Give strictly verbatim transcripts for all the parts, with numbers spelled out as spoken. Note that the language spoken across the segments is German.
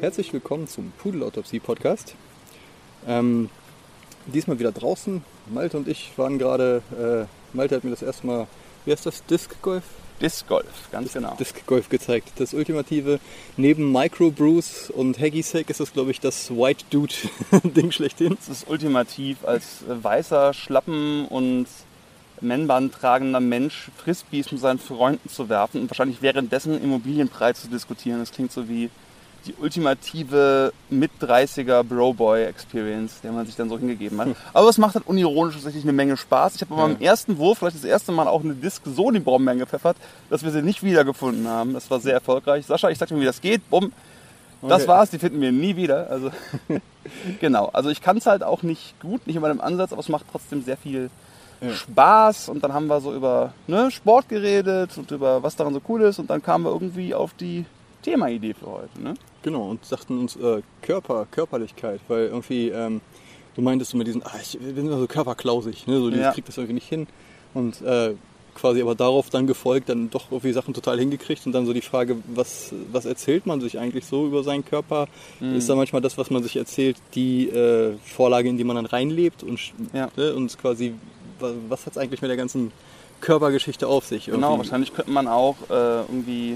herzlich willkommen zum Pudelautopsie-Podcast. Ähm, diesmal wieder draußen. Malte und ich waren gerade, äh, Malte hat mir das erste Mal, wie heißt das, Disc Golf? Disc Golf, ganz genau. Disc Golf gezeigt. Das ultimative, neben Microbrews und Hacky Sack ist das, glaube ich, das White Dude-Ding schlechthin. Das ist ultimativ als weißer, schlappen und Männband tragender Mensch Frisbees mit seinen Freunden zu werfen und wahrscheinlich währenddessen Immobilienpreise zu diskutieren. Das klingt so wie die ultimative Mit-dreißiger Bro-Boy-Experience, der man sich dann so hingegeben hat. Aber es macht halt unironisch tatsächlich eine Menge Spaß. Ich habe bei meinem ja. ersten Wurf vielleicht das erste Mal auch eine Disc so in die Brombeeren gepfeffert, dass wir sie nicht wiedergefunden haben. Das war sehr erfolgreich. Sascha, ich sag dir, wie das geht. Bumm. Das okay. war's, die finden wir nie wieder. Also genau. Also ich kann es halt auch nicht gut, nicht in meinem Ansatz, aber es macht trotzdem sehr viel ja. Spaß. Und dann haben wir so über ne, Sport geredet und über was daran so cool ist. Und dann kamen wir irgendwie auf die Themaidee für heute, ne? Genau, und sagten uns äh, Körper, Körperlichkeit, weil irgendwie, ähm, du meintest immer diesen, ah, ich bin immer so körperklausig, ne? So, ja. Ich krieg das irgendwie nicht hin. Und äh, quasi aber darauf dann gefolgt, dann doch irgendwie Sachen total hingekriegt und dann so die Frage, was, was erzählt man sich eigentlich so über seinen Körper? Mhm. Ist da manchmal das, was man sich erzählt, die äh, Vorlage, in die man dann reinlebt und, ja. ne? Und quasi, was hat es eigentlich mit der ganzen Körpergeschichte auf sich? Irgendwie? Genau, wahrscheinlich könnte man auch äh, irgendwie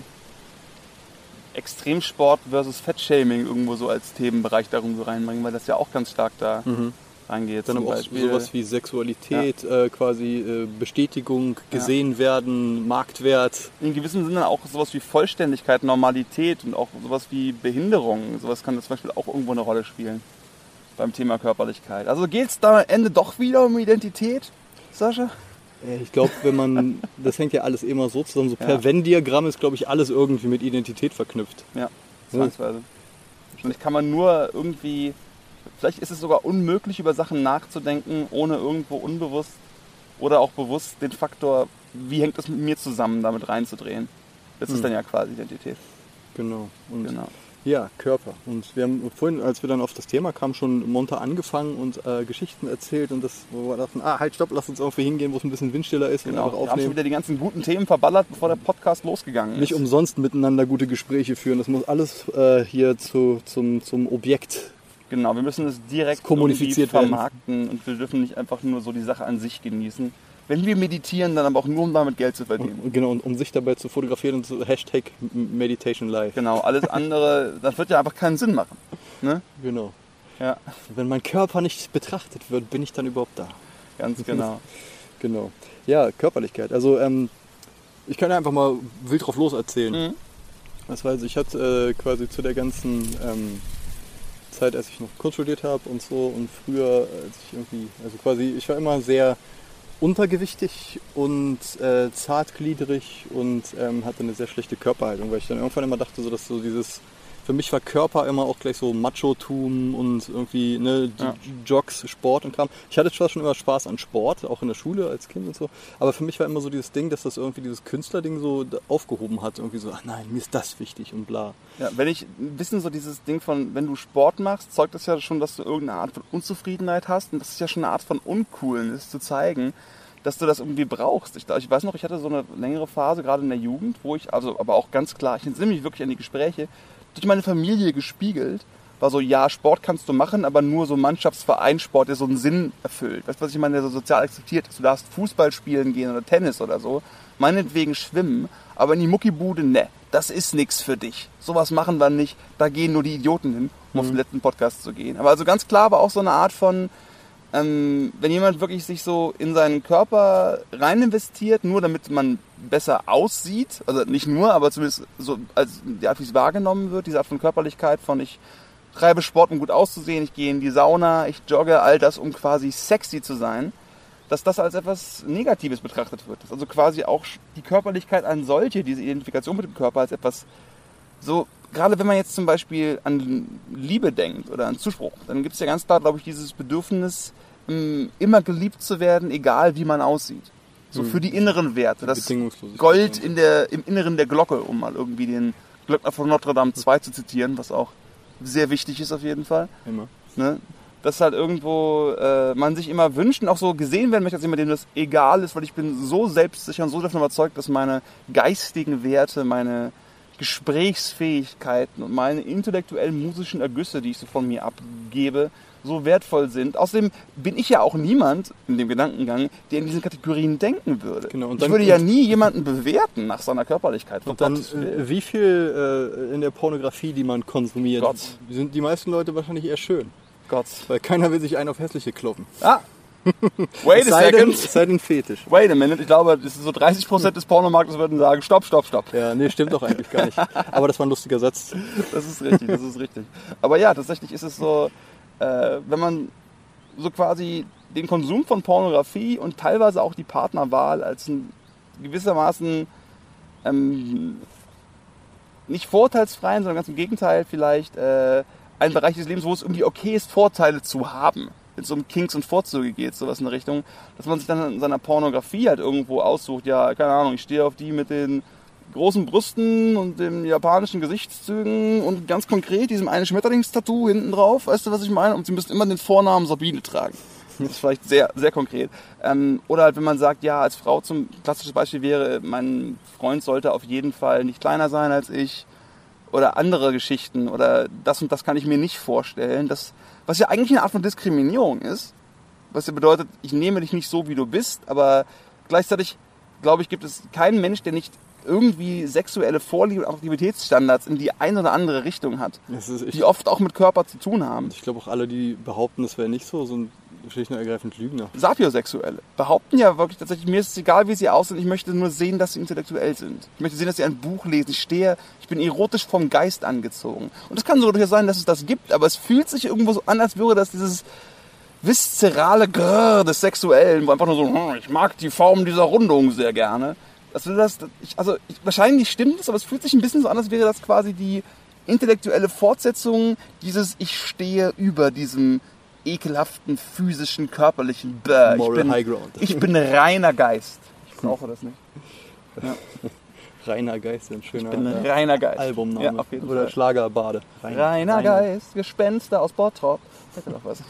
Extremsport versus Fettshaming irgendwo so als Themenbereich darum so reinbringen, weil das ja auch ganz stark da mhm. reingeht. Dann aber auch sowas wie Sexualität, ja. äh, quasi äh, Bestätigung, gesehen ja. werden, Marktwert. In gewissem Sinne auch sowas wie Vollständigkeit, Normalität und auch sowas wie Behinderung. Sowas kann zum Beispiel auch irgendwo eine Rolle spielen beim Thema Körperlichkeit. Also geht es da am Ende doch wieder um Identität, Sascha? Ich glaube, wenn man, das hängt ja alles immer so zusammen, so per ja. Venn-Diagramm ist, glaube ich, alles irgendwie mit Identität verknüpft. Ja, zwangsweise. Vielleicht kann man nur irgendwie, vielleicht ist es sogar unmöglich, über Sachen nachzudenken, ohne irgendwo unbewusst oder auch bewusst den Faktor, wie hängt das mit mir zusammen, damit reinzudrehen. Das hm. ist dann ja quasi Identität. Genau. Und genau. Ja, Körper. Und wir haben vorhin, als wir dann auf das Thema kamen, schon munter angefangen und äh, Geschichten erzählt und das, wo wir dachten, ah, halt, stopp, lass uns irgendwie hingehen, wo es ein bisschen windstiller ist. Genau, und einfach wir haben schon wieder die ganzen guten Themen verballert, bevor der Podcast losgegangen ist. Nicht umsonst miteinander gute Gespräche führen. Das muss alles äh, hier zu, zum, zum Objekt Genau, wir müssen es direkt kommuniziert vermarkten werden. Und wir dürfen nicht einfach nur so die Sache an sich genießen. Wenn wir meditieren, dann aber auch nur, um damit Geld zu verdienen. Und, genau, und um sich dabei zu fotografieren und so Hashtag Meditation Live. Genau, alles andere, das wird ja einfach keinen Sinn machen. Ne? Genau. Ja. Wenn mein Körper nicht betrachtet wird, bin ich dann überhaupt da? Ganz genau. Genau. Ja, Körperlichkeit. Also ähm, ich kann ja einfach mal wild drauf los erzählen. Mhm. Das heißt, ich hatte äh, quasi zu der ganzen ähm, Zeit, als ich noch Kunst studiert habe und so und früher, als ich irgendwie, also quasi, ich war immer sehr untergewichtig und äh, zartgliedrig und ähm, hatte eine sehr schlechte Körperhaltung, weil ich dann irgendwann immer dachte, so, dass so dieses, für mich war Körper immer auch gleich so Macho-Tum und irgendwie ne, ja. Jogs, Sport und Kram. Ich hatte zwar schon immer Spaß an Sport, auch in der Schule als Kind und so, aber für mich war immer so dieses Ding, dass das irgendwie dieses Künstlerding so aufgehoben hat, irgendwie so, ach nein, mir ist das wichtig und bla. Ja, wenn ich ein bisschen so dieses Ding von, wenn du Sport machst, zeugt das ja schon, dass du irgendeine Art von Unzufriedenheit hast und das ist ja schon eine Art von Uncoolness zu zeigen, dass du das irgendwie brauchst. Ich, ich weiß noch, ich hatte so eine längere Phase, gerade in der Jugend, wo ich, also aber auch ganz klar, ich entsinne mich wirklich an die Gespräche, durch meine Familie gespiegelt, war so, ja, Sport kannst du machen, aber nur so Mannschaftsvereinssport, der so einen Sinn erfüllt. Weißt du, was ich meine, der so sozial akzeptiert ist. Du darfst Fußball spielen gehen oder Tennis oder so, meinetwegen schwimmen, aber in die Muckibude, ne, das ist nix für dich. Sowas machen wir nicht, da gehen nur die Idioten hin, um mhm. auf den letzten Podcast zu gehen. Aber also ganz klar war auch so eine Art von, ähm, wenn jemand wirklich sich so in seinen Körper rein investiert, nur damit man besser aussieht, also nicht nur, aber zumindest so als die Art, wie es wahrgenommen wird, diese Art von Körperlichkeit, von ich treibe Sport, um gut auszusehen, ich gehe in die Sauna, ich jogge, all das, um quasi sexy zu sein, dass das als etwas Negatives betrachtet wird. Dass also quasi auch die Körperlichkeit an solche, diese Identifikation mit dem Körper als etwas so, gerade wenn man jetzt zum Beispiel an Liebe denkt oder an Zuspruch, dann gibt es ja ganz klar, glaube ich, dieses Bedürfnis, immer geliebt zu werden, egal wie man aussieht. So für die inneren Werte, das Gold in der, im Inneren der Glocke, um mal irgendwie den Glöckner von Notre Dame zwei zu zitieren, was auch sehr wichtig ist auf jeden Fall. Immer. Ne? Dass halt irgendwo äh, man sich immer wünscht und auch so gesehen werden möchte, als jemand, dem das egal ist, weil ich bin so selbstsicher und so davon überzeugt, dass meine geistigen Werte, meine Gesprächsfähigkeiten und meine intellektuellen musischen Ergüsse, die ich so von mir abgebe, so wertvoll sind. Außerdem bin ich ja auch niemand in dem Gedankengang, der in diesen Kategorien denken würde. Genau, und ich dann, würde ja nie jemanden bewerten nach seiner Körperlichkeit. Und dann, äh, wie viel äh, in der Pornografie, die man konsumiert, Gott. sind die meisten Leute wahrscheinlich eher schön. Gott. Weil keiner will sich einen auf hässliche kloppen. Ah! Wait Es a sei denn, second. es sei denn Fetisch. Wait a minute. Ich glaube, das ist so dreißig Prozent des Pornomarktes würden sagen, stopp, stopp, stopp. Ja, nee, stimmt doch eigentlich gar nicht. Aber das war ein lustiger Satz. Das ist richtig, das ist richtig. Aber ja, tatsächlich ist es so, äh, wenn man so quasi den Konsum von Pornografie und teilweise auch die Partnerwahl als ein gewissermaßen ähm, nicht vorteilsfreien, sondern ganz im Gegenteil vielleicht äh, ein Bereich des Lebens, wo es irgendwie okay ist, Vorteile zu haben. Wenn es um Kinks und Vorzüge geht, sowas in der Richtung, dass man sich dann in seiner Pornografie halt irgendwo aussucht, ja, keine Ahnung, ich stehe auf die mit den großen Brüsten und den japanischen Gesichtszügen und ganz konkret diesem einen Schmetterlingstattoo hinten drauf, weißt du, was ich meine? Und sie müssen immer den Vornamen Sabine tragen. Das ist vielleicht sehr, sehr konkret. Ähm, oder halt, wenn man sagt, ja, als Frau, zum klassisches Beispiel wäre, mein Freund sollte auf jeden Fall nicht kleiner sein als ich, oder andere Geschichten, oder das und das kann ich mir nicht vorstellen, das, was ja eigentlich eine Art von Diskriminierung ist, was ja bedeutet, ich nehme dich nicht so, wie du bist, aber gleichzeitig, glaube ich, gibt es keinen Mensch, der nicht irgendwie sexuelle Vorlieben und Aktivitätsstandards in die eine oder andere Richtung hat, Das ist, ich, die oft auch mit Körper zu tun haben. ich glaube auch alle, die behaupten, das wäre nicht so, sind schlicht und ergreifend Lügner. Sapiosexuelle behaupten ja wirklich tatsächlich, mir ist es egal, wie sie aussehen, ich möchte nur sehen, dass sie intellektuell sind. Ich möchte sehen, dass sie ein Buch lesen. Ich stehe, ich bin erotisch vom Geist angezogen. Und es kann so durchaus sein, dass es das gibt, aber es fühlt sich irgendwo so an, als würde das dieses viszerale Grrr des Sexuellen, wo einfach nur so, hm, ich mag die Form dieser Rundung sehr gerne. Das will das, ich, also ich, wahrscheinlich stimmt es, aber es fühlt sich ein bisschen so an, als wäre das quasi die intellektuelle Fortsetzung dieses ich stehe über diesem ekelhaften, physischen, körperlichen Bäh. Ich Moral bin, High Ground. ich bin reiner Geist. Ich brauche das nicht. Ja. Reiner Geist, ein schöner Ich bin äh, reiner Geist. Albumname. Ja, auf jeden Oder Fall. Schlagerbade. Reiner Geist, Gespenster aus Bottrop. Hätte doch was.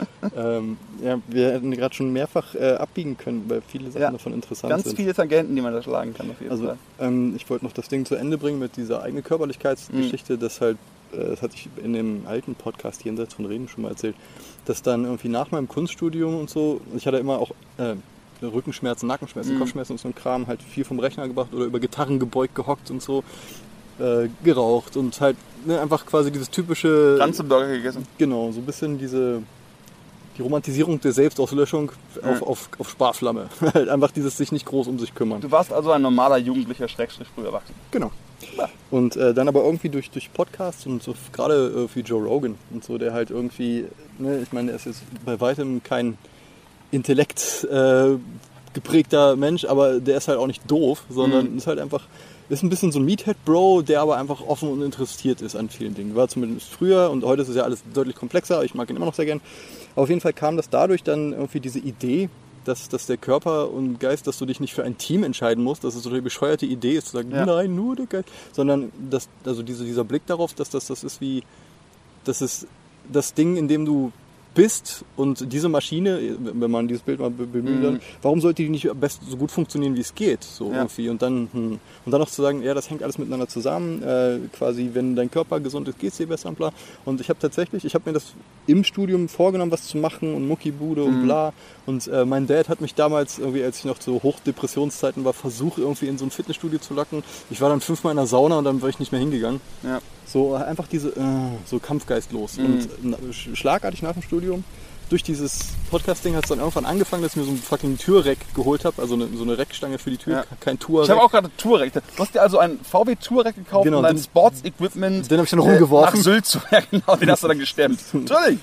Ähm, ja, wir hätten gerade schon mehrfach äh, abbiegen können, weil viele Sachen Ja. davon interessant Ganz sind. viele Tangenten, die man da schlagen kann, auf jeden Also Fall. ähm, ich wollte noch das Ding zu Ende bringen mit dieser eigenen Körperlichkeitsgeschichte, Mhm. das halt, äh, das hatte ich in dem alten Podcast Jenseits von Reden schon mal erzählt, dass dann irgendwie nach meinem Kunststudium und so, ich hatte immer auch äh, Rückenschmerzen, Nackenschmerzen, Mhm. Kopfschmerzen und so ein Kram, halt viel vom Rechner gebracht oder über Gitarren gebeugt, gehockt und so, äh, geraucht und halt ne, einfach quasi dieses typische, Ranzenburger gegessen. genau, so ein bisschen diese die Romantisierung der Selbstauslöschung auf, Ja. auf, auf Sparflamme. Halt einfach dieses sich nicht groß um sich kümmern. Du warst also ein normaler Jugendlicher, Schrägstrich früh erwachsen. Genau. Ja. Und äh, dann aber irgendwie durch, durch Podcasts und so gerade äh, wie Joe Rogan und so, der halt irgendwie, ne, ich meine, er ist jetzt bei weitem kein Intellekt äh, geprägter Mensch, aber der ist halt auch nicht doof, sondern Mhm. ist halt einfach, ist ein bisschen so ein Meathead-Bro, der aber einfach offen und interessiert ist an vielen Dingen. War zumindest früher und heute ist es ja alles deutlich komplexer, ich mag ihn immer noch sehr gern. Aber auf jeden Fall kam das dadurch dann irgendwie diese Idee, dass, dass der Körper und Geist, dass du dich nicht für ein Team entscheiden musst, dass es so eine bescheuerte Idee ist, zu sagen, Ja. nein, nur der Geist, sondern dass, also diese, dieser Blick darauf, dass das, das ist wie, das ist das Ding, in dem du bist und diese Maschine, wenn man dieses Bild mal be- bemüht, Mhm. dann, warum sollte die nicht am besten so gut funktionieren, wie es geht? So Ja. irgendwie. Und dann, hm. und dann noch zu sagen, ja, das hängt alles miteinander zusammen. Äh, quasi, wenn dein Körper gesund ist, geht es dir besser und bla. Und ich habe tatsächlich, ich habe mir das im Studium vorgenommen, was zu machen und Muckibude und Mhm. bla. Und äh, mein Dad hat mich damals, irgendwie, als ich noch zu Hochdepressionszeiten war, versucht, irgendwie in so ein Fitnessstudio zu locken. Ich war dann fünfmal in der Sauna und dann war ich nicht mehr hingegangen. Ja. So einfach diese, äh, so kampfgeistlos. Mhm. Und na, sch- schlagartig nach dem Studium, durch dieses Podcast-Ding hat es dann irgendwann angefangen, dass ich mir so ein fucking Türreck geholt habe, also eine, so eine Reckstange für die Tür, Ja. kein Touareg. Ich habe auch gerade Touareg. Du hast dir also ein V W Touareg gekauft, Genau, um dein den- Sports-Equipment den hab ich dann äh, rumgeworfen. nach Sylt zu ja, genau, den hast du dann gestemmt. Natürlich.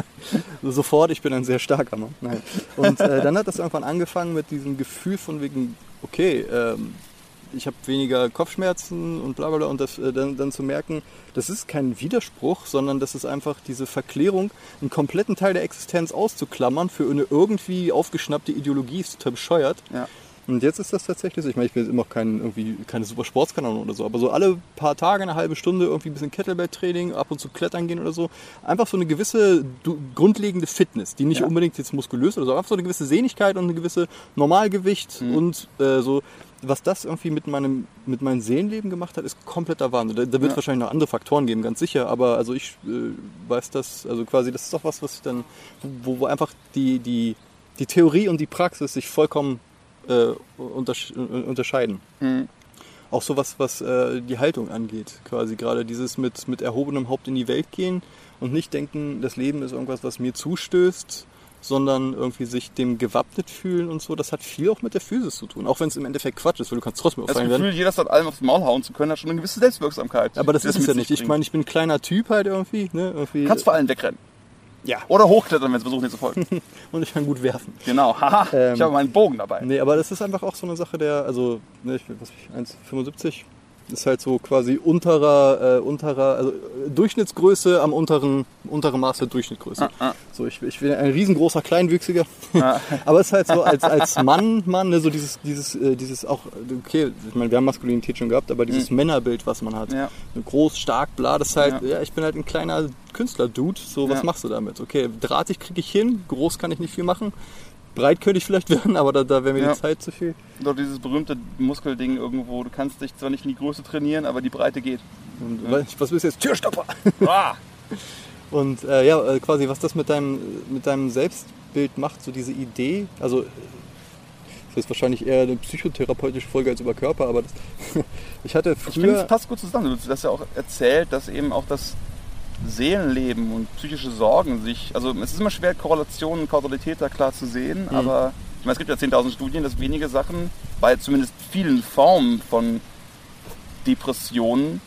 Sofort, ich bin ein sehr starker Mann. Nein. Und äh, dann hat das irgendwann angefangen mit diesem Gefühl von wegen, okay, ähm, ich habe weniger Kopfschmerzen und bla bla bla und das, äh, dann, dann zu merken, das ist kein Widerspruch, sondern das ist einfach diese Verklärung, einen kompletten Teil der Existenz auszuklammern für eine irgendwie aufgeschnappte Ideologie, ist total bescheuert. Ja. Und jetzt ist das tatsächlich so, ich meine, ich bin jetzt immer noch kein, irgendwie keine super Sportskanone oder so, aber so alle paar Tage, eine halbe Stunde irgendwie ein bisschen Kettlebell-Training, ab und zu klettern gehen oder so. Einfach so eine gewisse du, grundlegende Fitness, die nicht ja. unbedingt jetzt muskulös oder so, aber einfach so eine gewisse Sehnigkeit und eine gewisse Normalgewicht mhm. und äh, so. Was das irgendwie mit meinem mit meinem Seelenleben gemacht hat, ist kompletter Wahnsinn. Da, da wird es ja. wahrscheinlich noch andere Faktoren geben, ganz sicher, aber also ich äh, weiß das, also quasi, das ist doch was, was ich dann, wo, wo einfach die, die, die Theorie und die Praxis sich vollkommen äh, untersch- unterscheiden. Mhm. Auch so was, was äh, die Haltung angeht, quasi gerade dieses mit, mit erhobenem Haupt in die Welt gehen und nicht denken, das Leben ist irgendwas, was mir zustößt, sondern irgendwie sich dem gewappnet fühlen und so. Das hat viel auch mit der Physis zu tun. Auch wenn es im Endeffekt Quatsch ist, weil du kannst trotzdem auffallen werden. Das Gefühl, jederzeit allem aufs Maul hauen zu können, hat schon eine gewisse Selbstwirksamkeit. Aber das ist es ja nicht. Ich meine, ich bin ein kleiner Typ halt irgendwie. Ne? irgendwie kannst vor allem wegrennen. Ja. Oder hochklettern, wenn es versuchen, dir zu folgen. Und ich kann gut werfen. Genau. Haha, ähm, ich habe meinen Bogen dabei. Nee, aber das ist einfach auch so eine Sache der, also, ne, ich bin, was ich, eins Komma fünfundsiebzig ist halt so quasi unterer, äh, unterer, also Durchschnittsgröße am unteren, unteren Maß der Durchschnittsgröße. Ah, ah. So, ich, ich bin ein riesengroßer Kleinwüchsiger. Ah. Aber es ist halt so als, als Mann, Mann, ne, so dieses, dieses, äh, dieses auch, okay, ich meine, wir haben Maskulinität schon gehabt, aber dieses mhm. Männerbild, was man hat. Ja. Groß, stark, bla, das ist halt, ja. ja, ich bin halt ein kleiner Künstler-Dude, so, was ja. machst du damit? Okay, drahtig kriege ich hin, groß kann ich nicht viel machen. Breit könnte ich vielleicht werden, aber da, da wäre mir ja. die Zeit zu viel. Doch dieses berühmte Muskelding irgendwo, du kannst dich zwar nicht in die Größe trainieren, aber die Breite geht. Und, ja. Was bist du jetzt? Türstopper! Und äh, ja, quasi, was das mit deinem, mit deinem Selbstbild macht, so diese Idee, also das ist wahrscheinlich eher eine psychotherapeutische Folge als über Körper, aber das, ich hatte früher... Ich finde, es passt gut zusammen. Du hast ja auch erzählt, dass eben auch das Seelenleben und psychische Sorgen sich, also es ist immer schwer, Korrelation und Kausalität da klar zu sehen, mhm. aber ich meine, es gibt ja zehntausend Studien, dass wenige Sachen, bei zumindest vielen Formen von Depressionen,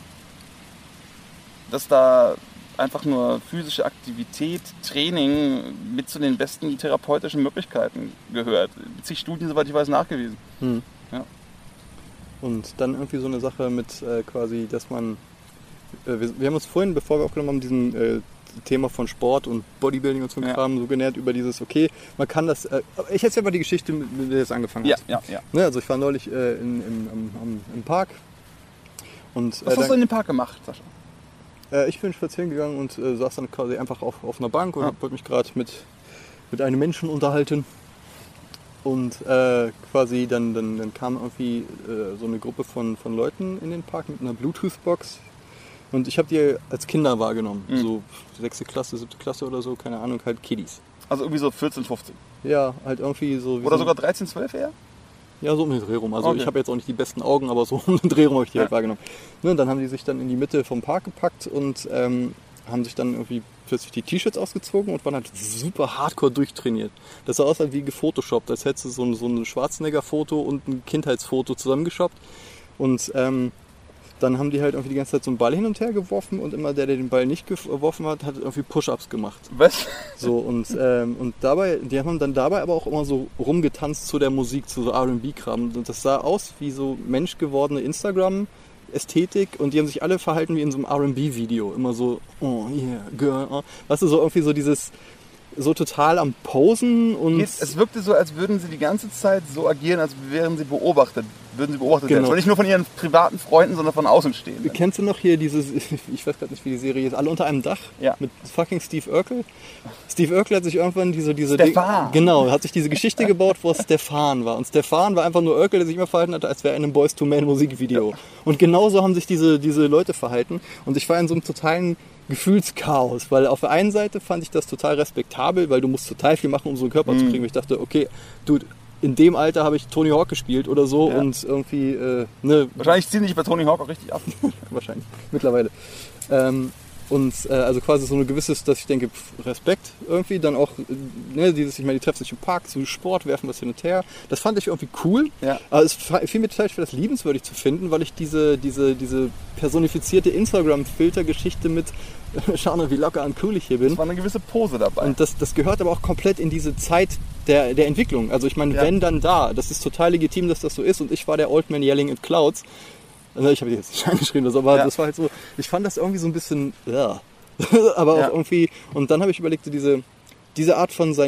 dass da einfach nur physische Aktivität, Training mit zu den besten therapeutischen Möglichkeiten gehört. Zig Studien, soweit ich weiß, nachgewiesen. Mhm. Ja. Und dann irgendwie so eine Sache mit äh, quasi, dass man Wir, wir haben uns vorhin, bevor wir aufgenommen haben, diesem äh, Thema von Sport und Bodybuilding und so ja. Kram so genährt über dieses, okay, man kann das, äh, ich erzähle mal die Geschichte, mit der es angefangen ja, hat. Ja, ja. Ne, also ich war neulich äh, in, im, am, am, im Park. Und, Was äh, hast du in dem Park gemacht, Sascha? Äh, ich bin spazieren gegangen und äh, saß dann quasi einfach auf, auf einer Bank und ja. wollte mich gerade mit, mit einem Menschen unterhalten. Und äh, quasi dann, dann, dann kam irgendwie äh, so eine Gruppe von, von Leuten in den Park mit einer Bluetooth-Box. Und ich habe die als Kinder wahrgenommen, mhm. so sechste Klasse, siebte Klasse oder so, keine Ahnung, halt Kiddies. Also irgendwie so vierzehn, fünfzehn? Ja, halt irgendwie so... Oder sogar dreizehn, zwölf eher? Ja, so um den Dreh rum. Also okay. ich habe jetzt auch nicht die besten Augen, aber so um den Dreh rum habe ich die ja. halt wahrgenommen. Ne, und dann haben die sich dann in die Mitte vom Park gepackt und ähm, haben sich dann irgendwie plötzlich die T-Shirts ausgezogen und waren halt super hardcore durchtrainiert. Das sah aus halt wie gefotoshoppt, als hättest du so ein, so ein Schwarzenegger-Foto und ein Kindheitsfoto zusammengeschoppt. Und ähm, dann haben die halt irgendwie die ganze Zeit so einen Ball hin und her geworfen und immer der, der den Ball nicht geworfen hat, hat irgendwie Push-Ups gemacht. Was? So und, ähm, und dabei, die haben dann dabei aber auch immer so rumgetanzt zu der Musik, zu so R and B-Kram. Und das sah aus wie so menschgewordene Instagram-Ästhetik und die haben sich alle verhalten wie in so einem R and B-Video. Immer so, oh yeah, girl. Oh. Weißt du, so irgendwie so dieses... so total am Posen und... Es wirkte so, als würden sie die ganze Zeit so agieren, als wären sie beobachtet. Würden sie beobachtet genau. werden. Zwar nicht nur von ihren privaten Freunden, sondern von außen stehen. Kennst du noch hier dieses, ich weiß gerade nicht, wie die Serie ist, Alle unter einem Dach? Ja. Mit fucking Steve Urkel? Steve Urkel hat sich irgendwann diese... diese Stefan! Genau, hat sich diese Geschichte gebaut, wo es Stefan war. Und Stefan war einfach nur Urkel, der sich immer verhalten hat, als wäre er in einem Boyz-two-Man-Musikvideo. Ja. Und genauso haben sich diese, diese Leute verhalten. Und ich war in so einem totalen... Gefühlschaos, weil auf der einen Seite fand ich das total respektabel, weil du musst total viel machen, um so einen Körper mm. zu kriegen. Ich dachte, okay, dude, in dem Alter habe ich Tony Hawk gespielt oder so ja. und irgendwie, äh, ne. Wahrscheinlich ziehen dich bei Tony Hawk auch richtig ab. Wahrscheinlich, mittlerweile. Ähm, und äh, also quasi so ein gewisses, dass ich denke, pf, Respekt irgendwie, dann auch, ne, dieses, ich meine, die treffen sich im Park zu Sport, werfen was hin und her. Das fand ich irgendwie cool, ja. aber es fiel mir total schwer, das liebenswürdig zu finden, weil ich diese, diese, diese personifizierte Instagram-Filter-Geschichte mit schau mal, wie locker und cool ich hier bin. Es war eine gewisse Pose dabei. Und das, das gehört aber auch komplett in diese Zeit der, der Entwicklung. Also ich meine, ja. wenn dann da, das ist total legitim, dass das so ist und ich war der Old Man Yelling at Clouds. Ich habe die jetzt nicht eingeschrieben, aber ja. das war halt so, ich fand das irgendwie so ein bisschen, ja. aber auch ja. irgendwie, und dann habe ich überlegt, so diese, diese Art von sein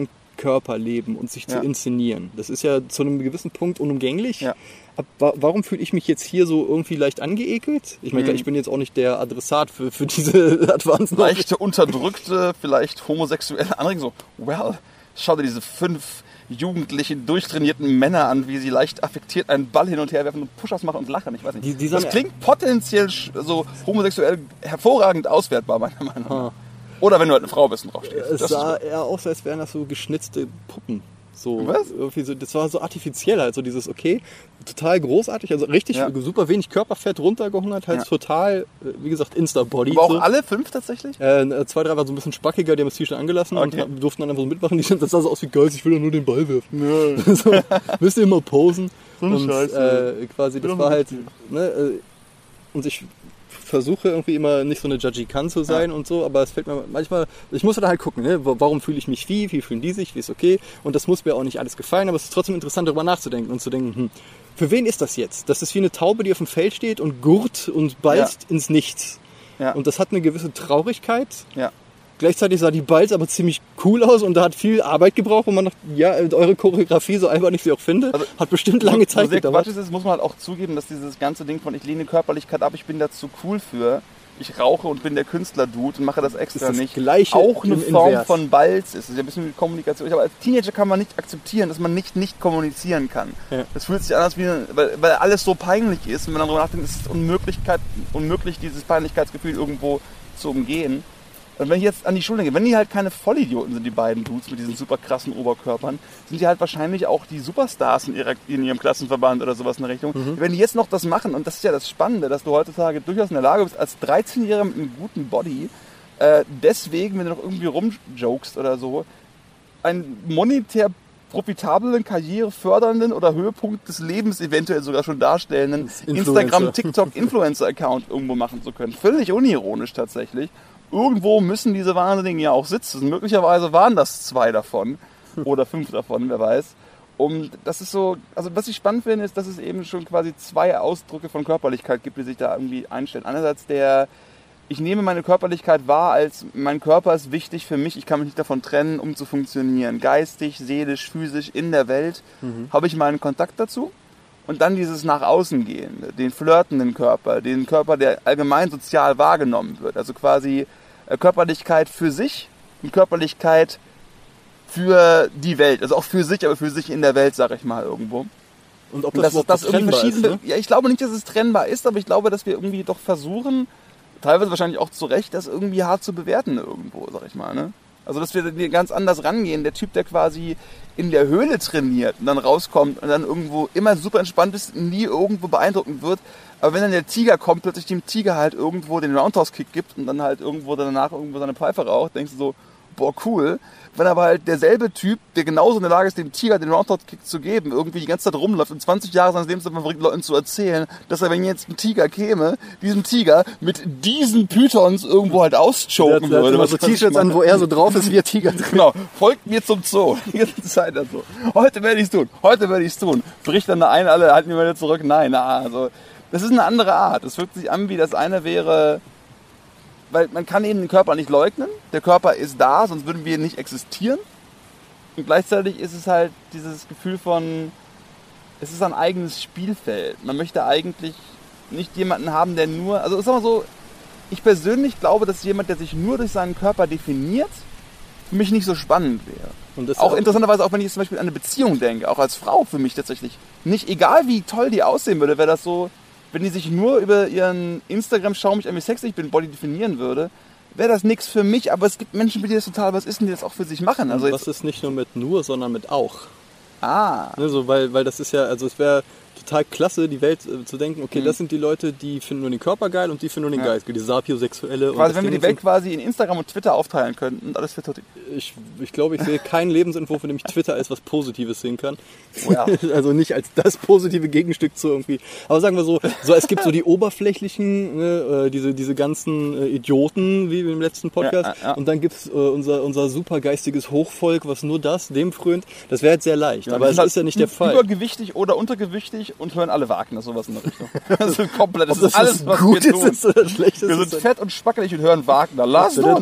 Körper leben und sich Ja. zu inszenieren. Das ist ja zu einem gewissen Punkt unumgänglich. Ja. Ab, wa- warum fühle ich mich jetzt hier so irgendwie leicht angeekelt? Ich meine, Mhm. ich bin jetzt auch nicht der Adressat für, für diese Advanced Leichte, unterdrückte, vielleicht homosexuelle Anregung. So, well, schau dir diese fünf jugendlichen, durchtrainierten Männer an, wie sie leicht affektiert einen Ball hin und her werfen und Push-Ups machen und lachen. Ich weiß nicht. Die- die das sagen- klingt potenziell sch- so homosexuell hervorragend auswertbar, meiner Meinung nach. Ah. Oder wenn du halt eine Frau bist und draufstehst. Es Das sah ist, eher aus, als wären das so geschnitzte Puppen. So, Was? Irgendwie so, das war so artifiziell, halt so dieses, okay, total großartig, also richtig Ja. super wenig Körperfett runtergehungert, halt Ja. total, äh, wie gesagt, Insta-Body. aber auch so. alle fünf tatsächlich? Äh, zwei, drei waren so ein bisschen spackiger, die haben das T-Shirt angelassen Okay. und durften dann einfach so mitmachen. Die, das sah so aus wie Girls, ich will doch nur den Ball werfen. so, müsst ihr immer posen. So eine und Scheiße. äh, quasi, das Will war doch halt, nur ne, äh, und ich versuche irgendwie immer nicht so eine Judgy Can zu sein und so, aber es fällt mir manchmal, ich muss da halt gucken, ne, wa- warum fühle ich mich wie, wie fühlen die sich, wie ist okay, und das muss mir auch nicht alles gefallen, aber es ist trotzdem interessant, darüber nachzudenken und zu denken, hm, für wen ist das jetzt? Das ist wie eine Taube, die auf dem Feld steht und gurrt und beißt ins Nichts. Ja. Und das hat eine gewisse Traurigkeit. Ja. Gleichzeitig sah die Balz aber ziemlich cool aus und da hat viel Arbeit gebraucht, wo man noch, ja, eure Choreografie, so albern ich sie auch finde, Also, hat bestimmt lange Zeit so sehr gedauert. Quatsch ist, muss man halt auch zugeben, dass dieses ganze Ding von ich lehne Körperlichkeit ab, ich bin da zu cool für, ich rauche und bin der Künstler-Dude und mache das extra Ist das nicht, Gleiche auch eine im Form Invers. von Balz ist. Das ist ja ein bisschen wie Kommunikation. Aber als Teenager kann man nicht akzeptieren, dass man nicht nicht kommunizieren kann. Ja. Das fühlt sich an, als wie, weil, weil alles so peinlich ist. Wenn man darüber nachdenkt, ist es Unmöglichkeit, unmöglich, dieses Peinlichkeitsgefühl irgendwo zu umgehen. Und wenn ich jetzt an die Schule denke, wenn die halt keine Vollidioten sind, die beiden Dudes mit diesen super krassen Oberkörpern, sind die halt wahrscheinlich auch die Superstars in, ihrer, in ihrem Klassenverband oder sowas in der Richtung. Mhm. Wenn die jetzt noch das machen, und das ist ja das Spannende, dass du heutzutage durchaus in der Lage bist, als dreizehnjähriger mit einem guten Body, äh, deswegen, wenn du noch irgendwie rumjokest oder so, einen monetär profitablen, karrierefördernden oder Höhepunkt des Lebens eventuell sogar schon darstellenden Influencer. Instagram, TikTok, Influencer-Account irgendwo machen zu können. Völlig unironisch tatsächlich. Irgendwo müssen diese Wahnsinnigen ja auch sitzen. Möglicherweise waren das zwei davon oder fünf davon, wer weiß. Und das ist so, also was ich spannend finde, ist, dass es eben schon quasi zwei Ausdrücke von Körperlichkeit gibt, die sich da irgendwie einstellen. Einerseits der, ich nehme meine Körperlichkeit wahr als, mein Körper ist wichtig für mich, ich kann mich nicht davon trennen, um zu funktionieren. Geistig, seelisch, physisch, in der Welt habe ich meinen Kontakt dazu. Und dann dieses nach außen gehen, den flirtenden Körper, den Körper, der allgemein sozial wahrgenommen wird. Also quasi äh, Körperlichkeit für sich und Körperlichkeit für die Welt. Also auch für sich, aber für sich in der Welt, sag ich mal irgendwo. Und ob Und das, das, überhaupt das irgendwie trennbar verschiedene. ist, ne? Ja, ich glaube nicht, dass es trennbar ist, aber ich glaube, dass wir irgendwie doch versuchen, teilweise wahrscheinlich auch zu Recht, das irgendwie hart zu bewerten irgendwo, sag ich mal. Ne? Also dass wir ganz anders rangehen. Der Typ, der quasi in der Höhle trainiert und dann rauskommt und dann irgendwo immer super entspannt ist, nie irgendwo beeindruckend wird. Aber wenn dann der Tiger kommt, plötzlich dem Tiger halt irgendwo den Roundhouse-Kick gibt und dann halt irgendwo danach irgendwo seine Pfeife raucht, denkst du so, boah, cool. Wenn aber halt derselbe Typ, der genauso in der Lage ist, dem Tiger den Roundhouse-Kick zu geben, irgendwie die ganze Zeit rumläuft und zwanzig Jahre seines Lebens davon verbringt, Leuten zu erzählen, dass er, wenn jetzt ein Tiger käme, diesen Tiger mit diesen Pythons irgendwo halt Der auschoken hat, der hat würde. immer Was so weiß ich T-Shirts mal. an, wo er so drauf ist wie der Tiger drin. Genau, folgt mir zum Zoo. Die ganze Zeit dann so. Heute werde ich es tun, heute werde ich es tun. Bricht dann da ein, alle halten mir wieder zurück. Nein, na, also, das ist eine andere Art. Es fühlt sich an, wie das eine wäre, weil man kann eben den Körper nicht leugnen. Der Körper ist da, sonst würden wir nicht existieren. Und gleichzeitig ist es halt dieses Gefühl von, es ist ein eigenes Spielfeld. Man möchte eigentlich nicht jemanden haben, der nur, also sag mal so, ich persönlich glaube, dass jemand, der sich nur durch seinen Körper definiert, für mich nicht so spannend wäre. Und das Auch interessanterweise, auch wenn ich jetzt zum Beispiel an eine Beziehung denke, auch als Frau für mich tatsächlich, nicht egal wie toll die aussehen würde, wäre das so, wenn die sich nur über ihren Instagram schau mich an, wie sexy ich bin, Body definieren würde, wäre das nichts für mich, aber es gibt Menschen, für die das total was ist und die das auch für sich machen. Also was jetzt, ist nicht nur mit nur, sondern mit auch. ah, Ne, so, weil, weil das ist ja, also es wäre total klasse, die Welt äh, zu denken, okay, Mhm. das sind die Leute, die finden nur den Körper geil und die finden nur den Ja. Geist geil, die Sapiosexuelle. und quasi das wenn wir Ding die Welt sind- quasi in Instagram und Twitter aufteilen könnten und alles für Tutti. Ich, ich glaube, ich sehe keinen Lebensentwurf, in dem ich Twitter als was Positives sehen kann. Oh ja. Also nicht als das positive Gegenstück zu irgendwie. Aber sagen wir so, so es gibt so die oberflächlichen, ne, äh, diese, diese ganzen äh, Idioten, wie im letzten Podcast. Ja, ja, ja. Und dann gibt's äh, unser, unser supergeistiges Hochvolk, was nur das, dem frönt. Das wäre jetzt sehr leicht. Ja, aber es halt ist ja nicht der Fall. Übergewichtig oder untergewichtig und hören alle Wagner, sowas in der Richtung. Das ist komplett, das, Ob ist alles, was gut wir tun. ist oder schlecht ist. Wir sind fett und spackelig und hören Wagner. Last one.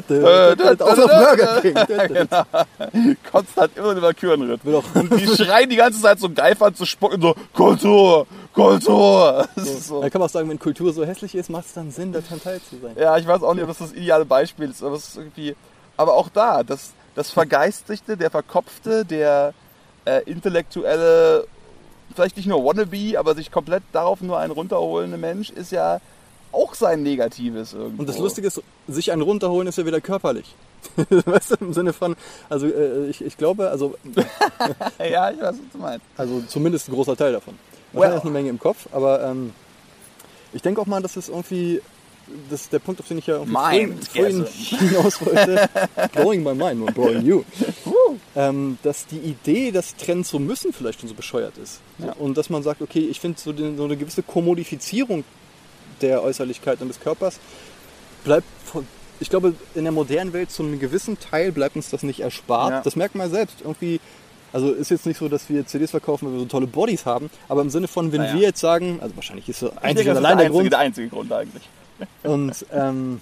Außer auf Burger King. Genau. Konstant immer über Kürenritt. Will auch- Und die schreien die ganze Zeit so Geifern zu spucken, so Kultur, Kultur. Das ist so. Dann kann man auch sagen, wenn Kultur so hässlich ist, macht es dann Sinn, daran teil zu sein. Ja, ich weiß auch nicht, ob das das ideale Beispiel ist, aber es ist irgendwie. Aber auch da, das, das Vergeistigte, der Verkopfte, der äh, intellektuelle, vielleicht nicht nur Wannabe, aber sich komplett darauf nur einen runterholende Mensch, ist ja auch sein Negatives irgendwo. Und das Lustige ist, sich einen runterholen ist ja wieder körperlich. Weißt du, im Sinne von, also äh, ich, ich glaube, also, Ja, ich weiß, was du meinst. also zumindest ein großer Teil davon. Well. Wahrscheinlich eine Menge im Kopf, aber ähm, ich denke auch mal, dass es irgendwie, das ist der Punkt, auf den ich ja irgendwie vorhin, vorhin hinaus wollte, blowing my mind, not blowing you, ähm, dass die Idee, dass Trends so müssen, vielleicht schon so bescheuert ist. Ja. Und dass man sagt, okay, ich finde so, den- so eine gewisse Kommodifizierung der Äußerlichkeit und des Körpers bleibt, von- ich glaube, in der modernen Welt zu einem gewissen Teil bleibt uns das nicht erspart. Ja. Das merkt man selbst. Irgendwie, also ist jetzt nicht so, dass wir C Ds verkaufen, weil wir so tolle Bodies haben, aber im Sinne von, wenn Naja. wir jetzt sagen, also wahrscheinlich ist so Ich einzig denke, und das ist allein der der einzige, Grund, der einzige Grund eigentlich. und ähm,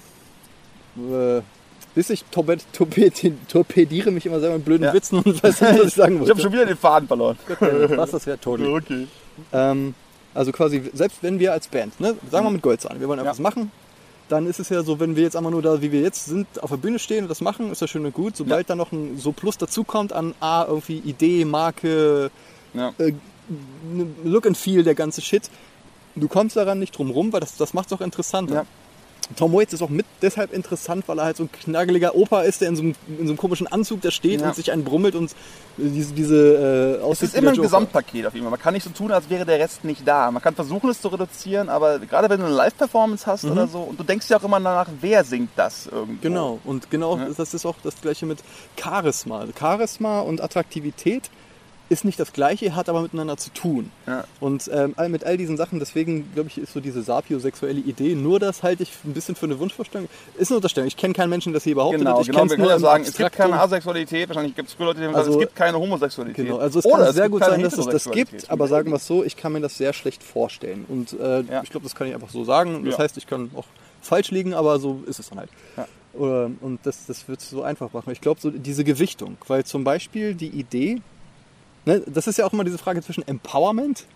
äh, bis ich torped torped torpediere mich immer selber mit blöden Ja. Witzen und weiß nicht, was ich sagen Ich habe wollte. schon wieder den Faden verloren. Was das wäre, totally. Okay. Ähm, also quasi, selbst wenn wir als Band, ne, sagen wir mit Goldzahn, wir wollen Ja. etwas machen, dann ist es ja so, wenn wir jetzt einmal nur da, wie wir jetzt sind, auf der Bühne stehen und das machen, ist das schön und gut. Sobald dann noch ein so Plus dazukommt an A, irgendwie Idee, Marke, Ja. äh, Look and Feel, der ganze Shit, du kommst daran nicht drum rum, weil das, das macht es auch interessanter. Ja. Tom Waits ist auch mit deshalb interessant, weil er halt so ein knaggeliger Opa ist, der in so einem, in so einem komischen Anzug da steht Ja. und sich einen brummelt und diese, diese äh, Es aussieht ist wie immer der ein Joker. Gesamtpaket auf jeden Fall. Man kann nicht so tun, als wäre der Rest nicht da. Man kann versuchen, es zu reduzieren, aber gerade wenn du eine Live-Performance hast oder so, und du denkst ja auch immer danach, wer singt das irgendwo. Genau, und genau Ja. das ist auch das Gleiche mit Charisma. Charisma und Attraktivität ist nicht das Gleiche, hat aber miteinander zu tun. Ja. Und ähm, all- mit all diesen Sachen, deswegen glaube ich, ist so diese sapiosexuelle Idee, nur das halte ich ein bisschen für eine Wunschvorstellung. Ist eine Unterstellung. Ich kenne keinen Menschen, der das hier behauptet Genau, hat. Ich genau. kenn's Wir nur können ja im sagen, es gibt Abstraktum. keine Asexualität. Wahrscheinlich gibt es Leute, die sagen, Also- es gibt keine Homosexualität. Genau, also es Oder kann sehr gibt gut keine sein, dass es das Heterosexualität. gibt, aber sagen wir es so, ich kann mir das sehr schlecht vorstellen. Und äh, Ja. ich glaube, das kann ich einfach so sagen. Das Ja. heißt, ich kann auch falsch liegen, aber so ist es dann halt. Ja. Oder, und das, das wird es so einfach machen. Ich glaube, so diese Gewichtung, weil zum Beispiel die Idee, ne, das ist ja auch immer diese Frage zwischen Empowerment,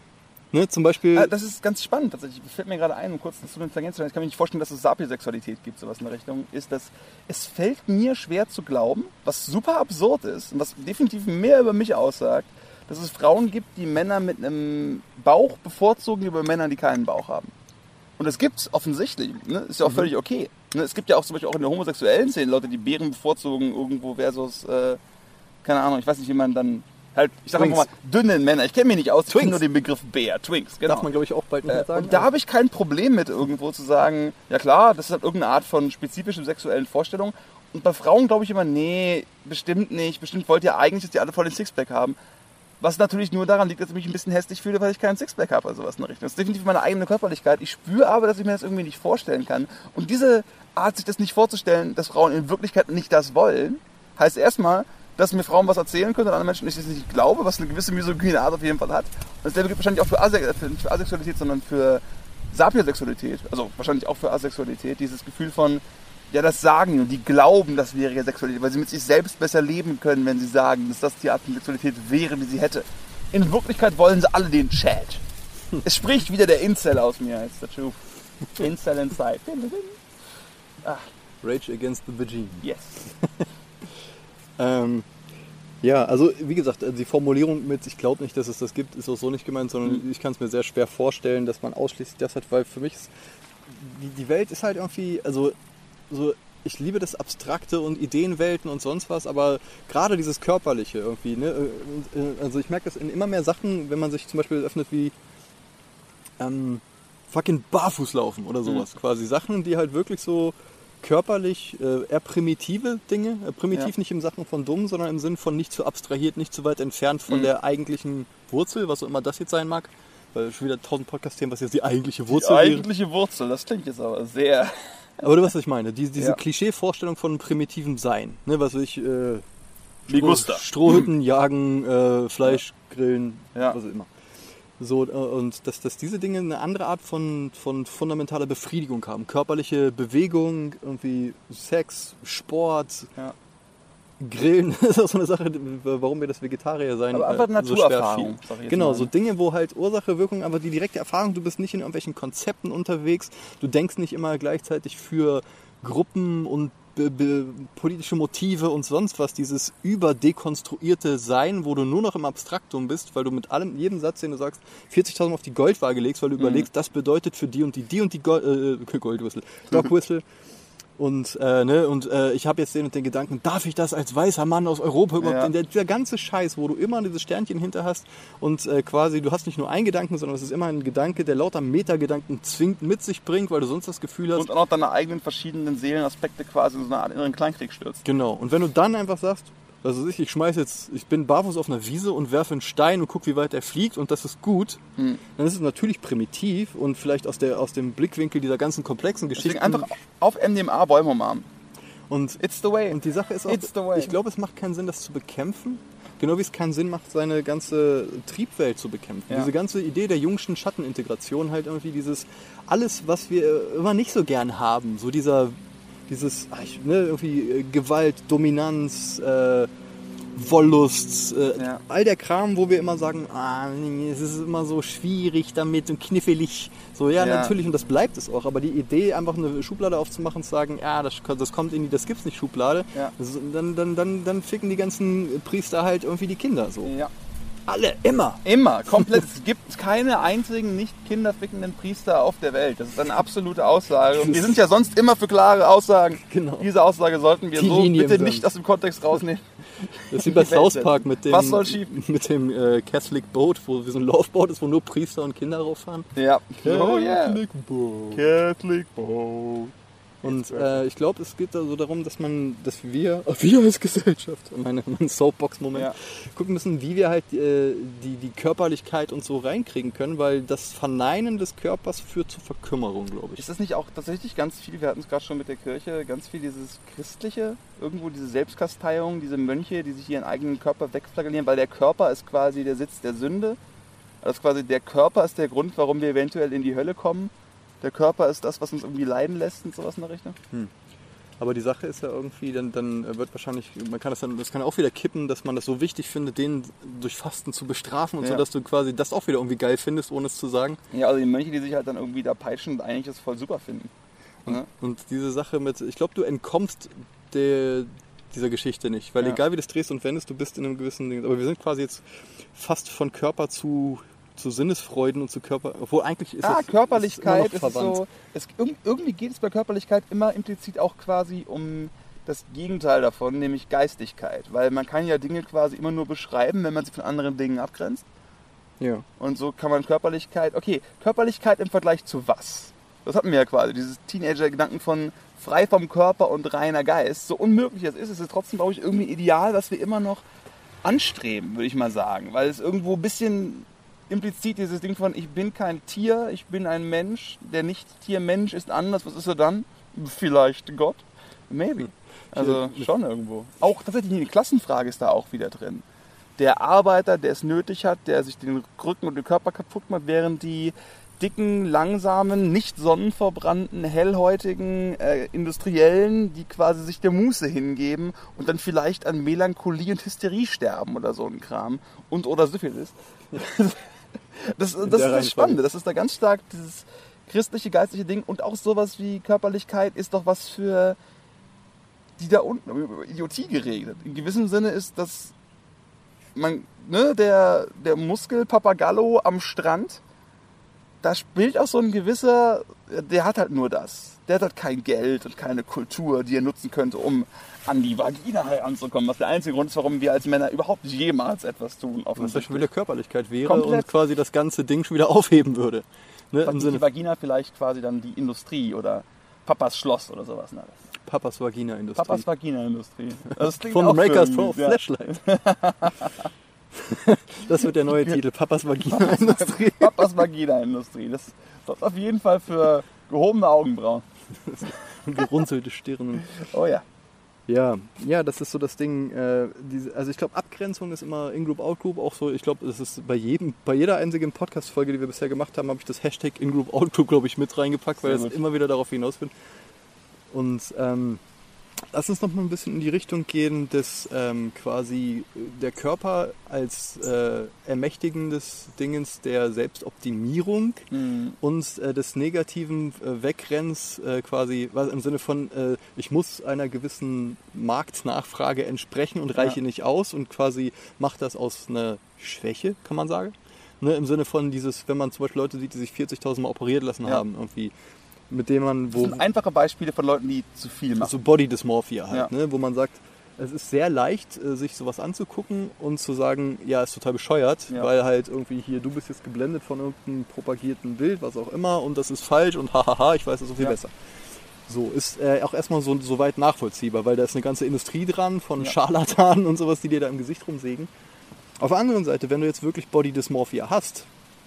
ne, zum Beispiel, Ah, das ist ganz spannend tatsächlich. Das fällt mir gerade ein, um kurz das zu den Tangenten zu stellen. Ich kann mir nicht vorstellen, dass es Sapiosexualität gibt, sowas in der Richtung. Ist, dass es fällt mir schwer zu glauben, was super absurd ist und was definitiv mehr über mich aussagt, dass es Frauen gibt, die Männer mit einem Bauch bevorzugen über Männer, die keinen Bauch haben. Und das gibt es offensichtlich. Ne? Ist ja auch Mhm. völlig okay. Ne? Es gibt ja auch zum Beispiel auch in der homosexuellen Szene Leute, die Bären bevorzugen irgendwo versus, äh, keine Ahnung, ich weiß nicht, wie man dann halt, ich sag Twinks. einfach mal, dünnen Männer. Ich kenne mich nicht aus, ich kenne Twinks. nur den Begriff Bär, Twinks, genau. darf man glaube ich auch bald nicht mehr Äh, sagen. und da habe ich kein Problem mit, irgendwo zu sagen, ja klar, das ist halt irgendeine Art von spezifischen sexuellen Vorstellung. Und bei Frauen glaube ich immer, nee, bestimmt nicht. Bestimmt wollt ihr eigentlich, dass die alle voll den Sixpack haben. Was natürlich nur daran liegt, dass ich mich ein bisschen hässlich fühle, weil ich keinen Sixpack habe oder sowas in der Richtung. Das ist definitiv meine eigene Körperlichkeit. Ich spüre aber, dass ich mir das irgendwie nicht vorstellen kann. Und diese Art, sich das nicht vorzustellen, dass Frauen in Wirklichkeit nicht das wollen, heißt erstmal, dass mir Frauen was erzählen können und andere Menschen ich das nicht glaube, was eine gewisse misogyne Art auf jeden Fall hat. Und dasselbe gilt wahrscheinlich auch für, Ase für nicht für Asexualität, sondern für Sapiosexualität. Also wahrscheinlich auch für Asexualität. Dieses Gefühl von, ja, das sagen die und die glauben, das wäre ihre Sexualität, weil sie mit sich selbst besser leben können, wenn sie sagen, dass das die Art von Sexualität wäre, die sie hätte. In Wirklichkeit wollen sie alle den Chat. Es spricht wieder der Incel aus mir, it's the truth. Incel inside. Ah, Rage Against the Vagine. yes. Ähm, ja, also wie gesagt, die Formulierung mit ich glaube nicht, dass es das gibt, ist auch so nicht gemeint, sondern ich kann es mir sehr schwer vorstellen, dass man ausschließlich das hat, weil für mich ist, die, die Welt ist halt irgendwie, also so, ich liebe das Abstrakte und Ideenwelten und sonst was, aber gerade dieses Körperliche irgendwie, ne, also ich merke das in immer mehr Sachen, wenn man sich zum Beispiel öffnet wie ähm, fucking barfuß laufen oder sowas, quasi Sachen, die halt wirklich so körperlich äh, eher primitive Dinge, äh, primitiv Ja. nicht im Sachen von dumm, sondern im Sinn von nicht zu abstrahiert, nicht zu weit entfernt von Mhm. der eigentlichen Wurzel, was auch immer das jetzt sein mag, weil schon wieder tausend Podcast-Themen, was jetzt die eigentliche Die Wurzel wäre. eigentliche Wurzel, das klingt jetzt aber sehr... Aber du weißt, was ich meine, die, diese Ja. Klischee-Vorstellung von primitivem Sein, ne, was ich, äh, Liguster. Strohhütten, Jagen, äh, Fleisch, Grillen, Ja. was auch immer. So, äh, und dass, dass diese Dinge eine andere Art von, von fundamentaler Befriedigung haben. Körperliche Bewegung, irgendwie Sex, Sport, Ja. Grillen, das ist auch so eine Sache, warum wir das Vegetarier sein Aber einfach äh, so schwer Naturerfahrung, fiel. sag ich jetzt Genau, mal, so ne? Dinge, wo halt Ursache, Wirkung, aber die direkte Erfahrung, du bist nicht in irgendwelchen Konzepten unterwegs, du denkst nicht immer gleichzeitig für Gruppen und be- be- politische Motive und sonst was, dieses überdekonstruierte Sein, wo du nur noch im Abstraktum bist, weil du mit allem, jedem Satz, den du sagst, vierzigtausend auf die Goldwaage legst, weil du Mhm. überlegst, das bedeutet für die und die, die und die Gold, äh, Goldwhistle, Dog Whistle. Und, äh, ne, und äh, ich habe jetzt den und den Gedanken, darf ich das als weißer Mann aus Europa überhaupt? Ja. Der, der ganze Scheiß, wo du immer dieses Sternchen hinter hast und äh, quasi, du hast nicht nur einen Gedanken, sondern es ist immer ein Gedanke, der lauter Metagedanken zwingend mit sich bringt, weil du sonst das Gefühl hast... Und auch noch deine eigenen verschiedenen Seelenaspekte quasi in so eine Art inneren Kleinkrieg stürzt. Genau, und wenn du dann einfach sagst, also ich, ich schmeiß jetzt, ich bin barfuß auf einer Wiese und werfe einen Stein und guck, wie weit er fliegt und das ist gut, Hm. dann ist es natürlich primitiv und vielleicht aus, der, aus dem Blickwinkel dieser ganzen komplexen Deswegen Geschichten... einfach auf M D M A Bäume umarmen. Und It's the way. Und die Sache ist auch, It's the way. ich glaube, es macht keinen Sinn, das zu bekämpfen. Genau wie es keinen Sinn macht, seine ganze Triebwelt zu bekämpfen. Ja. Diese ganze Idee der jungschen Schattenintegration, halt irgendwie dieses, alles, was wir immer nicht so gern haben, so dieser, dieses, ach, ich- ne, irgendwie äh, Gewalt, Dominanz, äh, Wollust, äh, Ja. all der Kram, wo wir immer sagen, ah, nee, es ist immer so schwierig damit und knifflig. So, ja, Ja. natürlich, und das bleibt es auch. Aber die Idee, einfach eine Schublade aufzumachen und zu sagen, ja, das, das kommt in die, das gibt's nicht Schublade, Ja. das, dann, dann, dann, dann ficken die ganzen Priester halt irgendwie die Kinder so. Ja. Alle, immer. Immer, komplett. Es gibt keine einzigen nicht kinderfickenden Priester auf der Welt. Das ist eine absolute Aussage. Und wir sind ja sonst immer für klare Aussagen. Genau. Diese Aussage sollten wir Die so Linie im bitte Sand. nicht aus dem Kontext rausnehmen. Das ist wie bei Die Welt South Park mit dem, Was soll schief? mit dem äh, Catholic Boat, wo wie so ein Laufboot ist, wo nur Priester und Kinder rauffahren. Ja. Oh yeah. Catholic Boat. Catholic Boat. Und äh, ich glaube, es geht also darum, dass man, dass wir, wir als Gesellschaft, meine, mein Soapbox-Moment, Ja. gucken müssen, wie wir halt äh, die, die Körperlichkeit und so reinkriegen können, weil das Verneinen des Körpers führt zur Verkümmerung, glaube ich. Ist das nicht auch tatsächlich ganz viel, wir hatten es gerade schon mit der Kirche, ganz viel dieses Christliche, irgendwo diese Selbstkasteiung, diese Mönche, die sich ihren eigenen Körper wegflagellieren, weil der Körper ist quasi der Sitz der Sünde. Also quasi der Körper ist der Grund, warum wir eventuell in die Hölle kommen. Der Körper ist das, was uns irgendwie leiden lässt und sowas in der Richtung. Aber die Sache ist ja irgendwie, dann, dann wird wahrscheinlich, man kann das dann, das kann auch wieder kippen, dass man das so wichtig findet, den durch Fasten zu bestrafen und Ja. so, dass du quasi das auch wieder irgendwie geil findest, ohne es zu sagen. Ja, also die Mönche, die sich halt dann irgendwie da peitschen und eigentlich das voll super finden. Ne? Und diese Sache mit, ich glaube, du entkommst der, dieser Geschichte nicht, weil Ja. egal wie du es drehst und wendest, du bist in einem gewissen Ding. Aber wir sind quasi jetzt fast von Körper zu, zu Sinnesfreuden und zu Körper, obwohl eigentlich ist Ah, es Körperlichkeit ist immer ist, noch verwandt. so. Es, irg- irgendwie geht es bei Körperlichkeit immer implizit auch quasi um das Gegenteil davon, nämlich Geistigkeit. Weil man kann ja Dinge quasi immer nur beschreiben, wenn man sie von anderen Dingen abgrenzt. Ja. Und so kann man Körperlichkeit, okay, Körperlichkeit im Vergleich zu was? Das hatten wir ja quasi, dieses Teenager-Gedanken von frei vom Körper und reiner Geist. So unmöglich es ist, ist es trotzdem, glaube ich, irgendwie ein Ideal, was wir immer noch anstreben, würde ich mal sagen. Weil es irgendwo ein bisschen implizit dieses Ding von, ich bin kein Tier, ich bin ein Mensch, der nicht Tier-Mensch ist anders, was ist er dann? Vielleicht Gott? Maybe. Also schon irgendwo. Auch tatsächlich eine Klassenfrage ist da auch wieder drin. Der Arbeiter, der es nötig hat, der sich den Rücken und den Körper kaputt macht, während die dicken, langsamen, nicht sonnenverbrannten, hellhäutigen äh, Industriellen, die quasi sich der Muße hingeben und dann vielleicht an Melancholie und Hysterie sterben oder so ein Kram. Und oder Syphilis. Das, das ist das Spannende. Das ist da ganz stark dieses christliche, geistliche Ding. Und auch sowas wie Körperlichkeit ist doch was für die da unten über Idiotie geregelt. In gewissem Sinne ist das man, ne, der, der Muskel-Papagallo am Strand, da spielt auch so ein gewisser, der hat halt nur das. Der hat halt kein Geld und keine Kultur, die er nutzen könnte, um an die Vagina heranzukommen. Was der einzige Grund ist, warum wir als Männer überhaupt jemals etwas tun. Was ja schon wieder Körperlichkeit wäre Komplett. und quasi das ganze Ding schon wieder aufheben würde. Ne, im die Sinne Vagina vielleicht quasi dann die Industrie oder Papas Schloss oder sowas. Ne? Papas Vagina-Industrie. Papas Vagina-Industrie. Das klingt Von auch Makers für- for ja. Flashlight. Das wird der neue Titel. Papas Vagina-Industrie. Papas Vagina-Industrie. Das sorgt auf jeden Fall für gehobene Augenbrauen. Und gerunzelte Stirn. Oh ja. Ja, ja, das ist so das Ding. Äh, diese, also ich glaube, Abgrenzung ist immer In-Group, Out-Group auch so. Ich glaube, es ist bei jedem, bei jeder einzigen Podcast-Folge, die wir bisher gemacht haben, habe ich das Hashtag In-Group, Out-Group, glaube ich, mit reingepackt, weil es immer wieder darauf hinausführt. Und ähm, lass uns noch mal ein bisschen in die Richtung gehen, dass ähm, quasi der Körper als äh, ermächtigendes Dingens der Selbstoptimierung mhm. und äh, des negativen äh, Wegrenns äh, quasi, was im Sinne von, äh, ich muss einer gewissen Marktnachfrage entsprechen und reiche ja. nicht aus und quasi macht das aus einer Schwäche, kann man sagen. Ne, im Sinne von dieses, wenn man zum Beispiel Leute sieht, die sich vierzigtausend Mal operiert lassen ja. haben, irgendwie. Mit dem man, wo, das sind einfache Beispiele von Leuten, die zu viel machen. So Body Dysmorphia halt, ja. ne? Wo man sagt, es ist sehr leicht, sich sowas anzugucken und zu sagen, ja, ist total bescheuert, ja. weil halt irgendwie hier, du bist jetzt geblendet von irgendeinem propagierten Bild, was auch immer, und das ist falsch und hahaha, ich weiß das so viel ja. besser. So, ist äh, auch erstmal so, so weit nachvollziehbar, weil da ist eine ganze Industrie dran von ja. Scharlatanen und sowas, die dir da im Gesicht rumsägen. Auf der anderen Seite, wenn du jetzt wirklich Body Dysmorphia hast,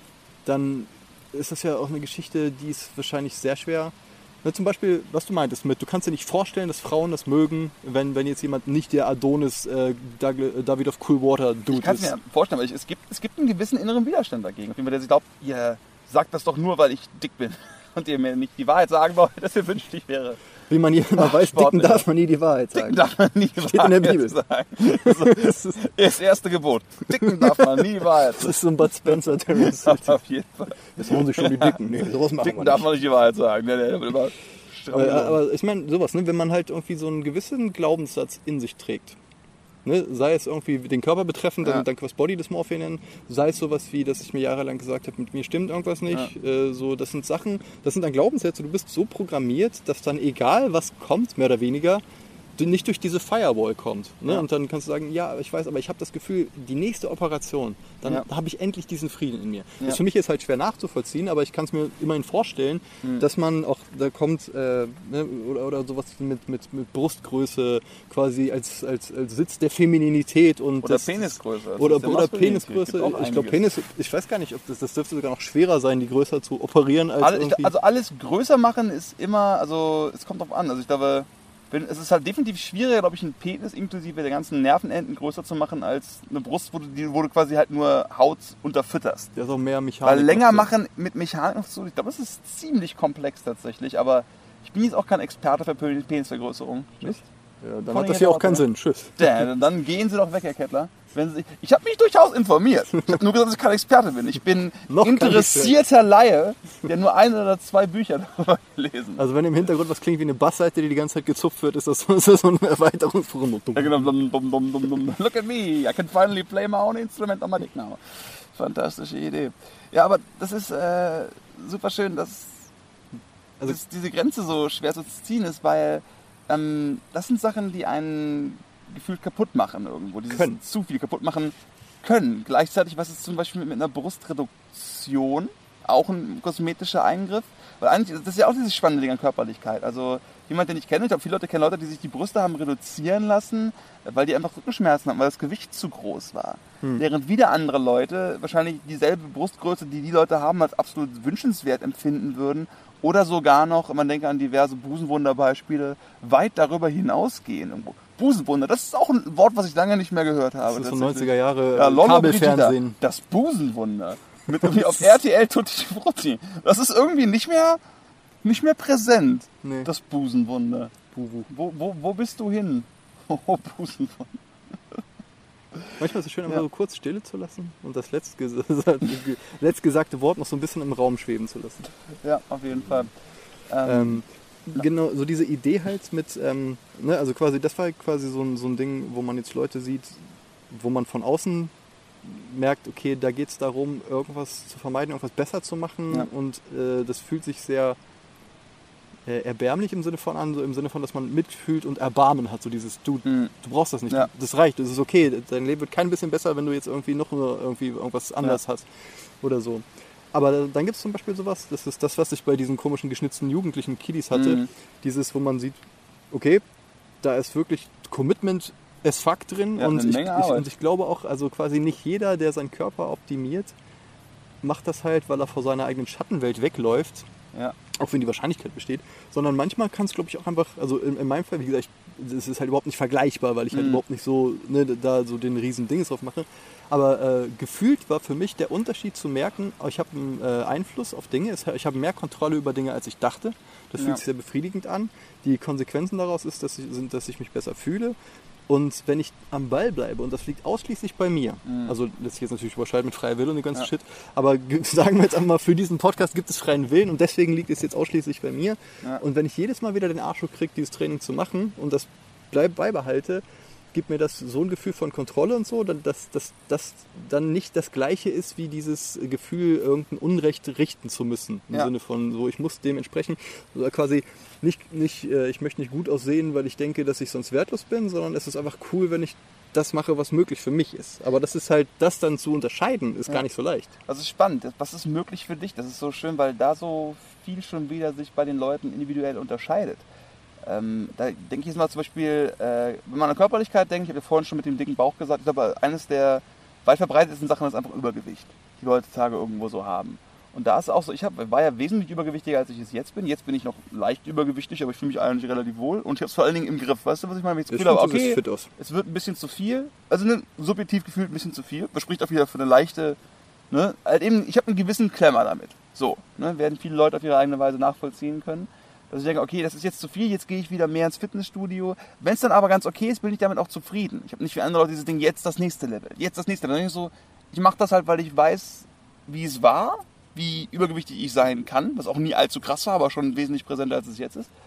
dann ist das ja auch eine Geschichte, die ist wahrscheinlich sehr schwer. Ne, zum Beispiel, was du meintest mit, du kannst dir nicht vorstellen, dass Frauen das mögen, wenn, wenn jetzt jemand nicht der Adonis äh, David of Coolwater Dude ist. Ich kann es mir vorstellen, aber ich, es, gibt, es gibt einen gewissen inneren Widerstand dagegen. Auf jeden Fall, der sich glaubt, ihr sagt das doch nur, weil ich dick bin und ihr mir nicht die Wahrheit sagen wollt, dass ihr wünschlich wäre. Wie man hier immer weiß, dicken darf man nie die Wahrheit sagen. Dicken darf man nie die Steht Wahrheit in der Bibel. sagen. Also, das ist das erste Gebot. Dicken darf man nie die Wahrheit sagen. Das ist so ein Bud Spencer Terrorist. Auf jeden Fall. Das wollen sich schon die Dicken. Nee, sowas machen Dicken wir darf nicht. man nicht die Wahrheit sagen. Nee, nee, immer aber, aber ich meine, sowas, ne? Wenn man halt irgendwie so einen gewissen Glaubenssatz in sich trägt. Ne, sei es irgendwie den Körper betreffend, dann, ja. dann was Body Dysmorphia nennen, sei es sowas wie, dass ich mir jahrelang gesagt habe, mit mir stimmt irgendwas nicht. Ja. Äh, so, das sind Sachen, das sind dann Glaubenssätze, du bist so programmiert, dass dann egal was kommt, mehr oder weniger, du nicht durch diese Firewall kommt. Ne? Ja. Und dann kannst du sagen, ja, ich weiß, aber ich habe das Gefühl, die nächste Operation, dann ja. habe ich endlich diesen Frieden in mir. Ja. Das für mich ist halt schwer nachzuvollziehen, aber ich kann es mir immerhin vorstellen, mhm. dass man auch, da kommt, äh, ne, oder, oder sowas mit, mit, mit Brustgröße quasi als, als, als Sitz der Femininität und oder das, Penisgröße. Das oder oder Penisgröße. Ich glaube, Penis, ich weiß gar nicht, ob das, das dürfte sogar noch schwerer sein, die größer zu operieren als All, irgendwie. Ich, also alles größer machen ist immer, also es kommt drauf an. Also ich glaube, es ist halt definitiv schwieriger, glaube ich, einen Penis inklusive der ganzen Nervenenden größer zu machen als eine Brust, wo du, die, wo du quasi halt nur Haut unterfütterst. Der ist auch mehr Mechanik. Weil länger machen mit Mechanik noch so, ich glaube, das ist ziemlich komplex tatsächlich, aber ich bin jetzt auch kein Experte für Penisvergrößerung. Nicht? Ja, dann hat das hier auch keinen Sinn. Tschüss. Ja, dann gehen Sie doch weg, Herr Kettler. Wenn Sie, ich habe mich durchaus informiert. Ich habe nur gesagt, dass ich kein Experte bin. Ich bin interessierter Laie, der nur ein oder zwei Bücher darüber gelesen hat. Also wenn im Hintergrund was klingt wie eine Bassseite, die die ganze Zeit gezupft wird, ist das so, ist das so ein Erweiterungsprogramm. Ja, genau. Look at me, I can finally play my own instrument on my dick now. Fantastische Idee. Ja, aber das ist äh, super schön, dass, also, dass diese Grenze so schwer zu ziehen ist, weil ähm, das sind Sachen, die einen gefühlt kaputt machen irgendwo, die können. zu viel kaputt machen können. Gleichzeitig, was ist zum Beispiel mit einer Brustreduktion auch ein kosmetischer Eingriff? Weil eigentlich, das ist ja auch dieses spannende Ding an Körperlichkeit. Also jemand, den ich kenne, ich glaube, viele Leute kennen Leute, die sich die Brüste haben reduzieren lassen, weil die einfach Rückenschmerzen hatten, weil das Gewicht zu groß war. Hm. Während wieder andere Leute wahrscheinlich dieselbe Brustgröße, die die Leute haben, als absolut wünschenswert empfinden würden oder sogar noch, man denke an diverse Busenwunderbeispiele, weit darüber hinausgehen irgendwo. Busenwunder, das ist auch ein Wort, was ich lange nicht mehr gehört habe. Das ist so neunziger Jahre ja, Kabelfernsehen. Das Busenwunder. Mit irgendwie auf R T L Tutti Frutti. Das ist irgendwie nicht mehr, nicht mehr präsent, nee. Das Busenwunder. Bubu. Wo, wo, wo bist du hin? Oh, Busenwunder. Manchmal ist es schön, einfach ja. so kurz Stille zu lassen und das letztgesagte, letztgesagte Wort noch so ein bisschen im Raum schweben zu lassen. Ja, auf jeden Fall. Ähm, ähm, Genau, so diese Idee halt mit, ähm, ne, also quasi, das war quasi so ein, so ein Ding, wo man jetzt Leute sieht, wo man von außen merkt, okay, da geht es darum, irgendwas zu vermeiden, irgendwas besser zu machen ja. und äh, das fühlt sich sehr äh, erbärmlich im Sinne von an, so im Sinne von, dass man mitfühlt und Erbarmen hat, so dieses, du, mhm. du brauchst das nicht, ja. das reicht, das ist okay, dein Leben wird kein bisschen besser, wenn du jetzt irgendwie noch irgendwie irgendwas anders ja. hast oder so. Aber dann gibt es zum Beispiel sowas, das ist das, was ich bei diesen komischen geschnitzten jugendlichen Kiddies hatte, mhm. dieses, wo man sieht, okay, da ist wirklich Commitment as fuck drin ja, und, ich, ich, und ich glaube auch, also quasi nicht jeder, der seinen Körper optimiert, macht das halt, weil er vor seiner eigenen Schattenwelt wegläuft Ja. Auch wenn die Wahrscheinlichkeit besteht, sondern manchmal kann es, glaube ich, auch einfach, also in, in meinem Fall, wie gesagt, es ist halt überhaupt nicht vergleichbar, weil ich halt Mhm. überhaupt nicht so, ne, da so den riesen Dings drauf mache. Aber äh, gefühlt war für mich der Unterschied zu merken, oh, ich habe einen äh, Einfluss auf Dinge, es- ich habe mehr Kontrolle über Dinge, als ich dachte. Das Ja. fühlt sich sehr befriedigend an. Die Konsequenzen daraus ist, dass ich, sind, dass ich mich besser fühle. Und wenn ich am Ball bleibe, und das liegt ausschließlich bei mir, Mhm. also das ist jetzt natürlich überschreitet mit freier Wille und den ganzen Ja. Shit, aber ge- sagen wir jetzt einmal, für diesen Podcast gibt es freien Willen und deswegen liegt es jetzt ausschließlich bei mir. Ja. Und wenn ich jedes Mal wieder den Arsch hochkriege, dieses Training zu machen und das bleib, beibehalte, gibt mir das so ein Gefühl von Kontrolle und so, dann- dass das dass dann nicht das Gleiche ist wie dieses Gefühl, irgendein Unrecht richten zu müssen. Im Ja. Sinne von, so ich muss dementsprechend, oder quasi nicht, nicht äh, ich möchte nicht gut aussehen, weil ich denke, dass ich sonst wertlos bin, sondern es ist einfach cool, wenn ich das mache, was möglich für mich ist. Aber das ist halt, das dann zu unterscheiden, ist Ja. gar nicht so leicht. Also es ist spannend. Was ist möglich für dich? Das ist so schön, weil da so viel schon wieder sich bei den Leuten individuell unterscheidet. Ähm, da denke ich jetzt mal zum Beispiel, äh, wenn man an Körperlichkeit denkt, ich habe ja vorhin schon mit dem dicken Bauch gesagt, ich glaube, eines der weit verbreitetsten Sachen ist einfach Übergewicht, die wir heutzutage irgendwo so haben. Und da ist es auch so, ich hab, war ja wesentlich übergewichtiger, als ich es jetzt bin. Jetzt bin ich noch leicht übergewichtig, aber ich fühle mich eigentlich relativ wohl. Und ich habe es vor allen Dingen im Griff. Weißt du, was ich meine? Wenn ich das Das Gefühl habe, stimmt, du siehst okay, fit aus. es wird ein bisschen zu viel. Also ne, subjektiv gefühlt ein bisschen zu viel. Das spricht auch wieder für eine leichte, ne, halt eben, ich habe einen gewissen Klemmer damit. So, ne, werden viele Leute auf ihre eigene Weise nachvollziehen können. Dass ich denke, okay, das ist jetzt zu viel, jetzt gehe ich wieder mehr ins Fitnessstudio. Wenn es dann aber ganz okay ist, bin ich damit auch zufrieden. Ich habe nicht wie andere Leute dieses Ding, jetzt das nächste Level, jetzt das nächste Level. Dann denke ich so, ich mache das halt, weil ich weiß, wie es war, wie übergewichtig ich sein kann, was auch nie allzu krass war, aber schon wesentlich präsenter, als es jetzt ist.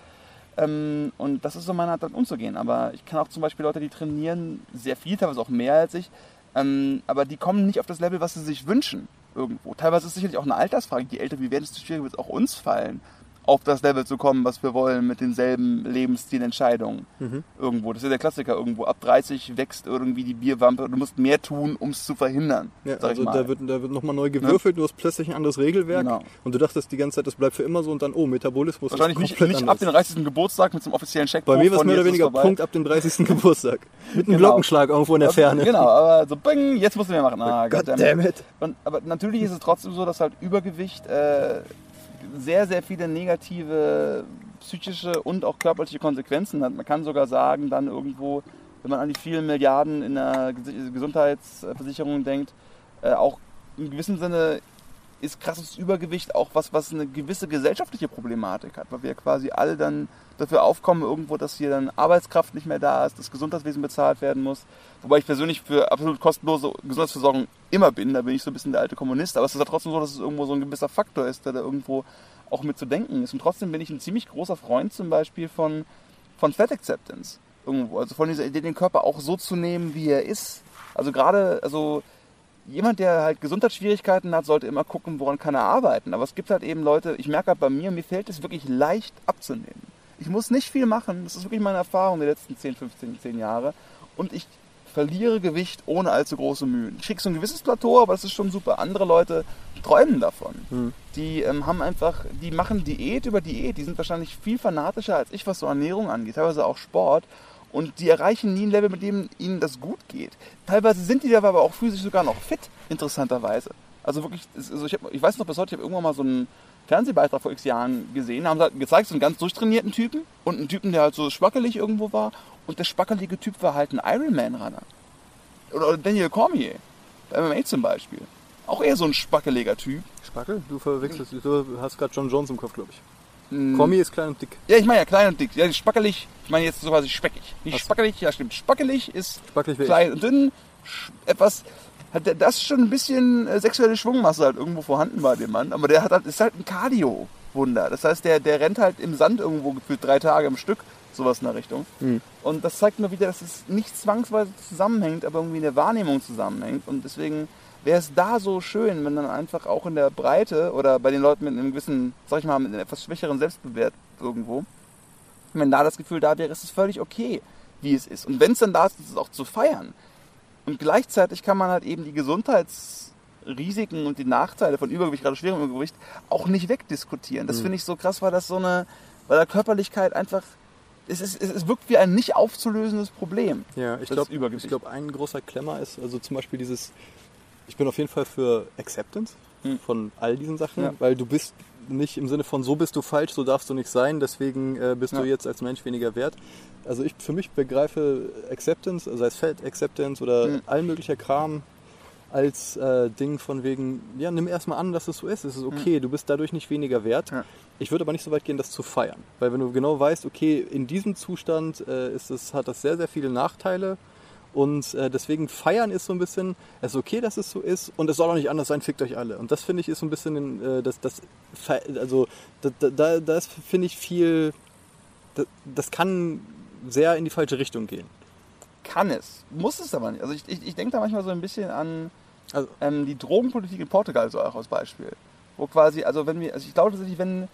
Ähm, und das ist so meine Art, damit umzugehen. Aber ich kann auch zum Beispiel Leute, die trainieren, sehr viel, teilweise auch mehr als ich, ähm, aber die kommen nicht auf das Level, was sie sich wünschen irgendwo. Teilweise ist es sicherlich auch eine Altersfrage. Je älter wir werden, desto schwieriger wird es auch uns fallen, auf das Level zu kommen, was wir wollen, mit denselben Lebensstilentscheidungen Mhm. irgendwo. Das ist ja der Klassiker irgendwo. Ab dreißig wächst irgendwie die Bierwampe und du musst mehr tun, um es zu verhindern. Ja, sag also ich mal. da wird, da wird nochmal neu gewürfelt, du hast plötzlich ein anderes Regelwerk Genau. und du dachtest die ganze Zeit, das bleibt für immer so und dann, oh, Metabolismus Wahrscheinlich ist nicht, komplett nicht ab anders. dem dreißigsten Geburtstag mit so einem offiziellen Checkbuch. Bei mir war es von mehr oder jetzt ist weniger vorbei. Punkt ab dem dreißigsten Geburtstag. Mit einem Genau. Glockenschlag irgendwo in der Also, Ferne. Genau, aber so bing, jetzt musst du mehr machen. Ah, Goddammit. Und, aber natürlich ist es trotzdem so, dass halt Übergewicht äh, sehr, sehr viele negative psychische und auch körperliche Konsequenzen hat. Man kann sogar sagen, dann irgendwo, wenn man an die vielen Milliarden in der Ges- Gesundheitsversicherung denkt, äh, auch in gewissem Sinne ist krasses Übergewicht auch was, was eine gewisse gesellschaftliche Problematik hat, weil wir quasi alle dann dafür aufkommen irgendwo, dass hier dann Arbeitskraft nicht mehr da ist, das Gesundheitswesen bezahlt werden muss. Wobei ich persönlich für absolut kostenlose Gesundheitsversorgung immer bin, da bin ich so ein bisschen der alte Kommunist, aber es ist ja trotzdem so, dass es irgendwo so ein gewisser Faktor ist, der da irgendwo auch mit zu denken ist. Und trotzdem bin ich ein ziemlich großer Freund zum Beispiel von, von Fat Acceptance irgendwo, also von dieser Idee, den Körper auch so zu nehmen, wie er ist. Also gerade, also jemand, der halt Gesundheitsschwierigkeiten hat, sollte immer gucken, woran kann er arbeiten. Aber es gibt halt eben Leute, ich merke halt bei mir, mir fällt es wirklich leicht abzunehmen. Ich muss nicht viel machen, das ist wirklich meine Erfahrung der letzten zehn, fünfzehn, zehn Jahre. Und ich verliere Gewicht ohne allzu große Mühen. Ich kriege so ein gewisses Plateau, aber das ist schon super. Andere Leute träumen davon. Hm. Die ähm, haben einfach, die machen Diät über Diät. Die sind wahrscheinlich viel fanatischer als ich, was so Ernährung angeht, teilweise auch Sport. Und die erreichen nie ein Level, mit dem ihnen das gut geht. Teilweise sind die aber auch physisch sogar noch fit, interessanterweise. Also wirklich, also ich, hab, ich weiß noch bis heute, ich habe irgendwann mal so einen Fernsehbeitrag vor x Jahren gesehen, haben sie halt gezeigt, so einen ganz durchtrainierten Typen und einen Typen, der halt so spackelig irgendwo war. Und der spackelige Typ war halt ein Ironman-Runner. Oder Daniel Cormier, bei M M A zum Beispiel. Auch eher so ein spackeliger Typ. Spackel? Du verwechselst, du hast gerade John Jones im Kopf, glaube ich. Hm. Cormier ist klein und dick. Ja, ich meine ja klein und dick. Ja, spackelig, ich meine jetzt so quasi speckig. Nicht Ach so. spackelig, ja stimmt. Spackelig ist Spackelig wie klein und dünn, sch- etwas, hat der, das schon ein bisschen äh, sexuelle Schwungmasse halt irgendwo vorhanden bei dem Mann. Aber der hat halt, ist halt ein Cardio-Wunder. Das heißt, der, der rennt halt im Sand irgendwo gefühlt drei Tage am Stück, sowas in der Richtung. Hm. Und das zeigt nur wieder, dass es nicht zwangsweise zusammenhängt, aber irgendwie in der Wahrnehmung zusammenhängt. Und deswegen wäre es da so schön, wenn dann einfach auch in der Breite oder bei den Leuten mit einem gewissen, sag ich mal, mit einem etwas schwächeren Selbstbewert irgendwo, wenn da das Gefühl da wäre, ist es völlig okay, wie es ist. Und wenn es dann da ist, ist es auch zu feiern. Und gleichzeitig kann man halt eben die Gesundheitsrisiken und die Nachteile von Übergewicht, gerade schwerem Übergewicht, auch nicht wegdiskutieren. Das Mhm. finde ich so krass, weil das so eine, weil der Körperlichkeit einfach, es, ist, es wirkt wie ein nicht aufzulösendes Problem. Ja, ich Das glaube, Übergewicht. ich glaub, ein großer Klemmer ist, also zum Beispiel dieses, ich bin auf jeden Fall für Acceptance Hm. von all diesen Sachen, Ja. weil du bist, nicht im Sinne von so bist du falsch, so darfst du nicht sein, deswegen äh, bist ja. du jetzt als Mensch weniger wert. Also ich für mich begreife Acceptance, sei es Fat Acceptance oder mhm. all möglicher Kram, als äh, Ding von wegen, ja, nimm erstmal an, dass es so ist, es ist okay, mhm. du bist dadurch nicht weniger wert. Ja. Ich würde aber nicht so weit gehen, das zu feiern, weil wenn du genau weißt, okay, in diesem Zustand äh, ist es, hat das sehr, sehr viele Nachteile. Und äh, deswegen feiern ist so ein bisschen, es ist okay, dass es so ist und es soll auch nicht anders sein, fickt euch alle. Und das finde ich ist so ein bisschen, äh, das, das, also da, da, das finde ich viel, das, das kann sehr in die falsche Richtung gehen. Kann es, muss es aber nicht. Also ich, ich, ich denke da manchmal so ein bisschen an also, ähm, die Drogenpolitik in Portugal so auch als Beispiel. Wo quasi, also wenn wir, also ich glaube tatsächlich, wenn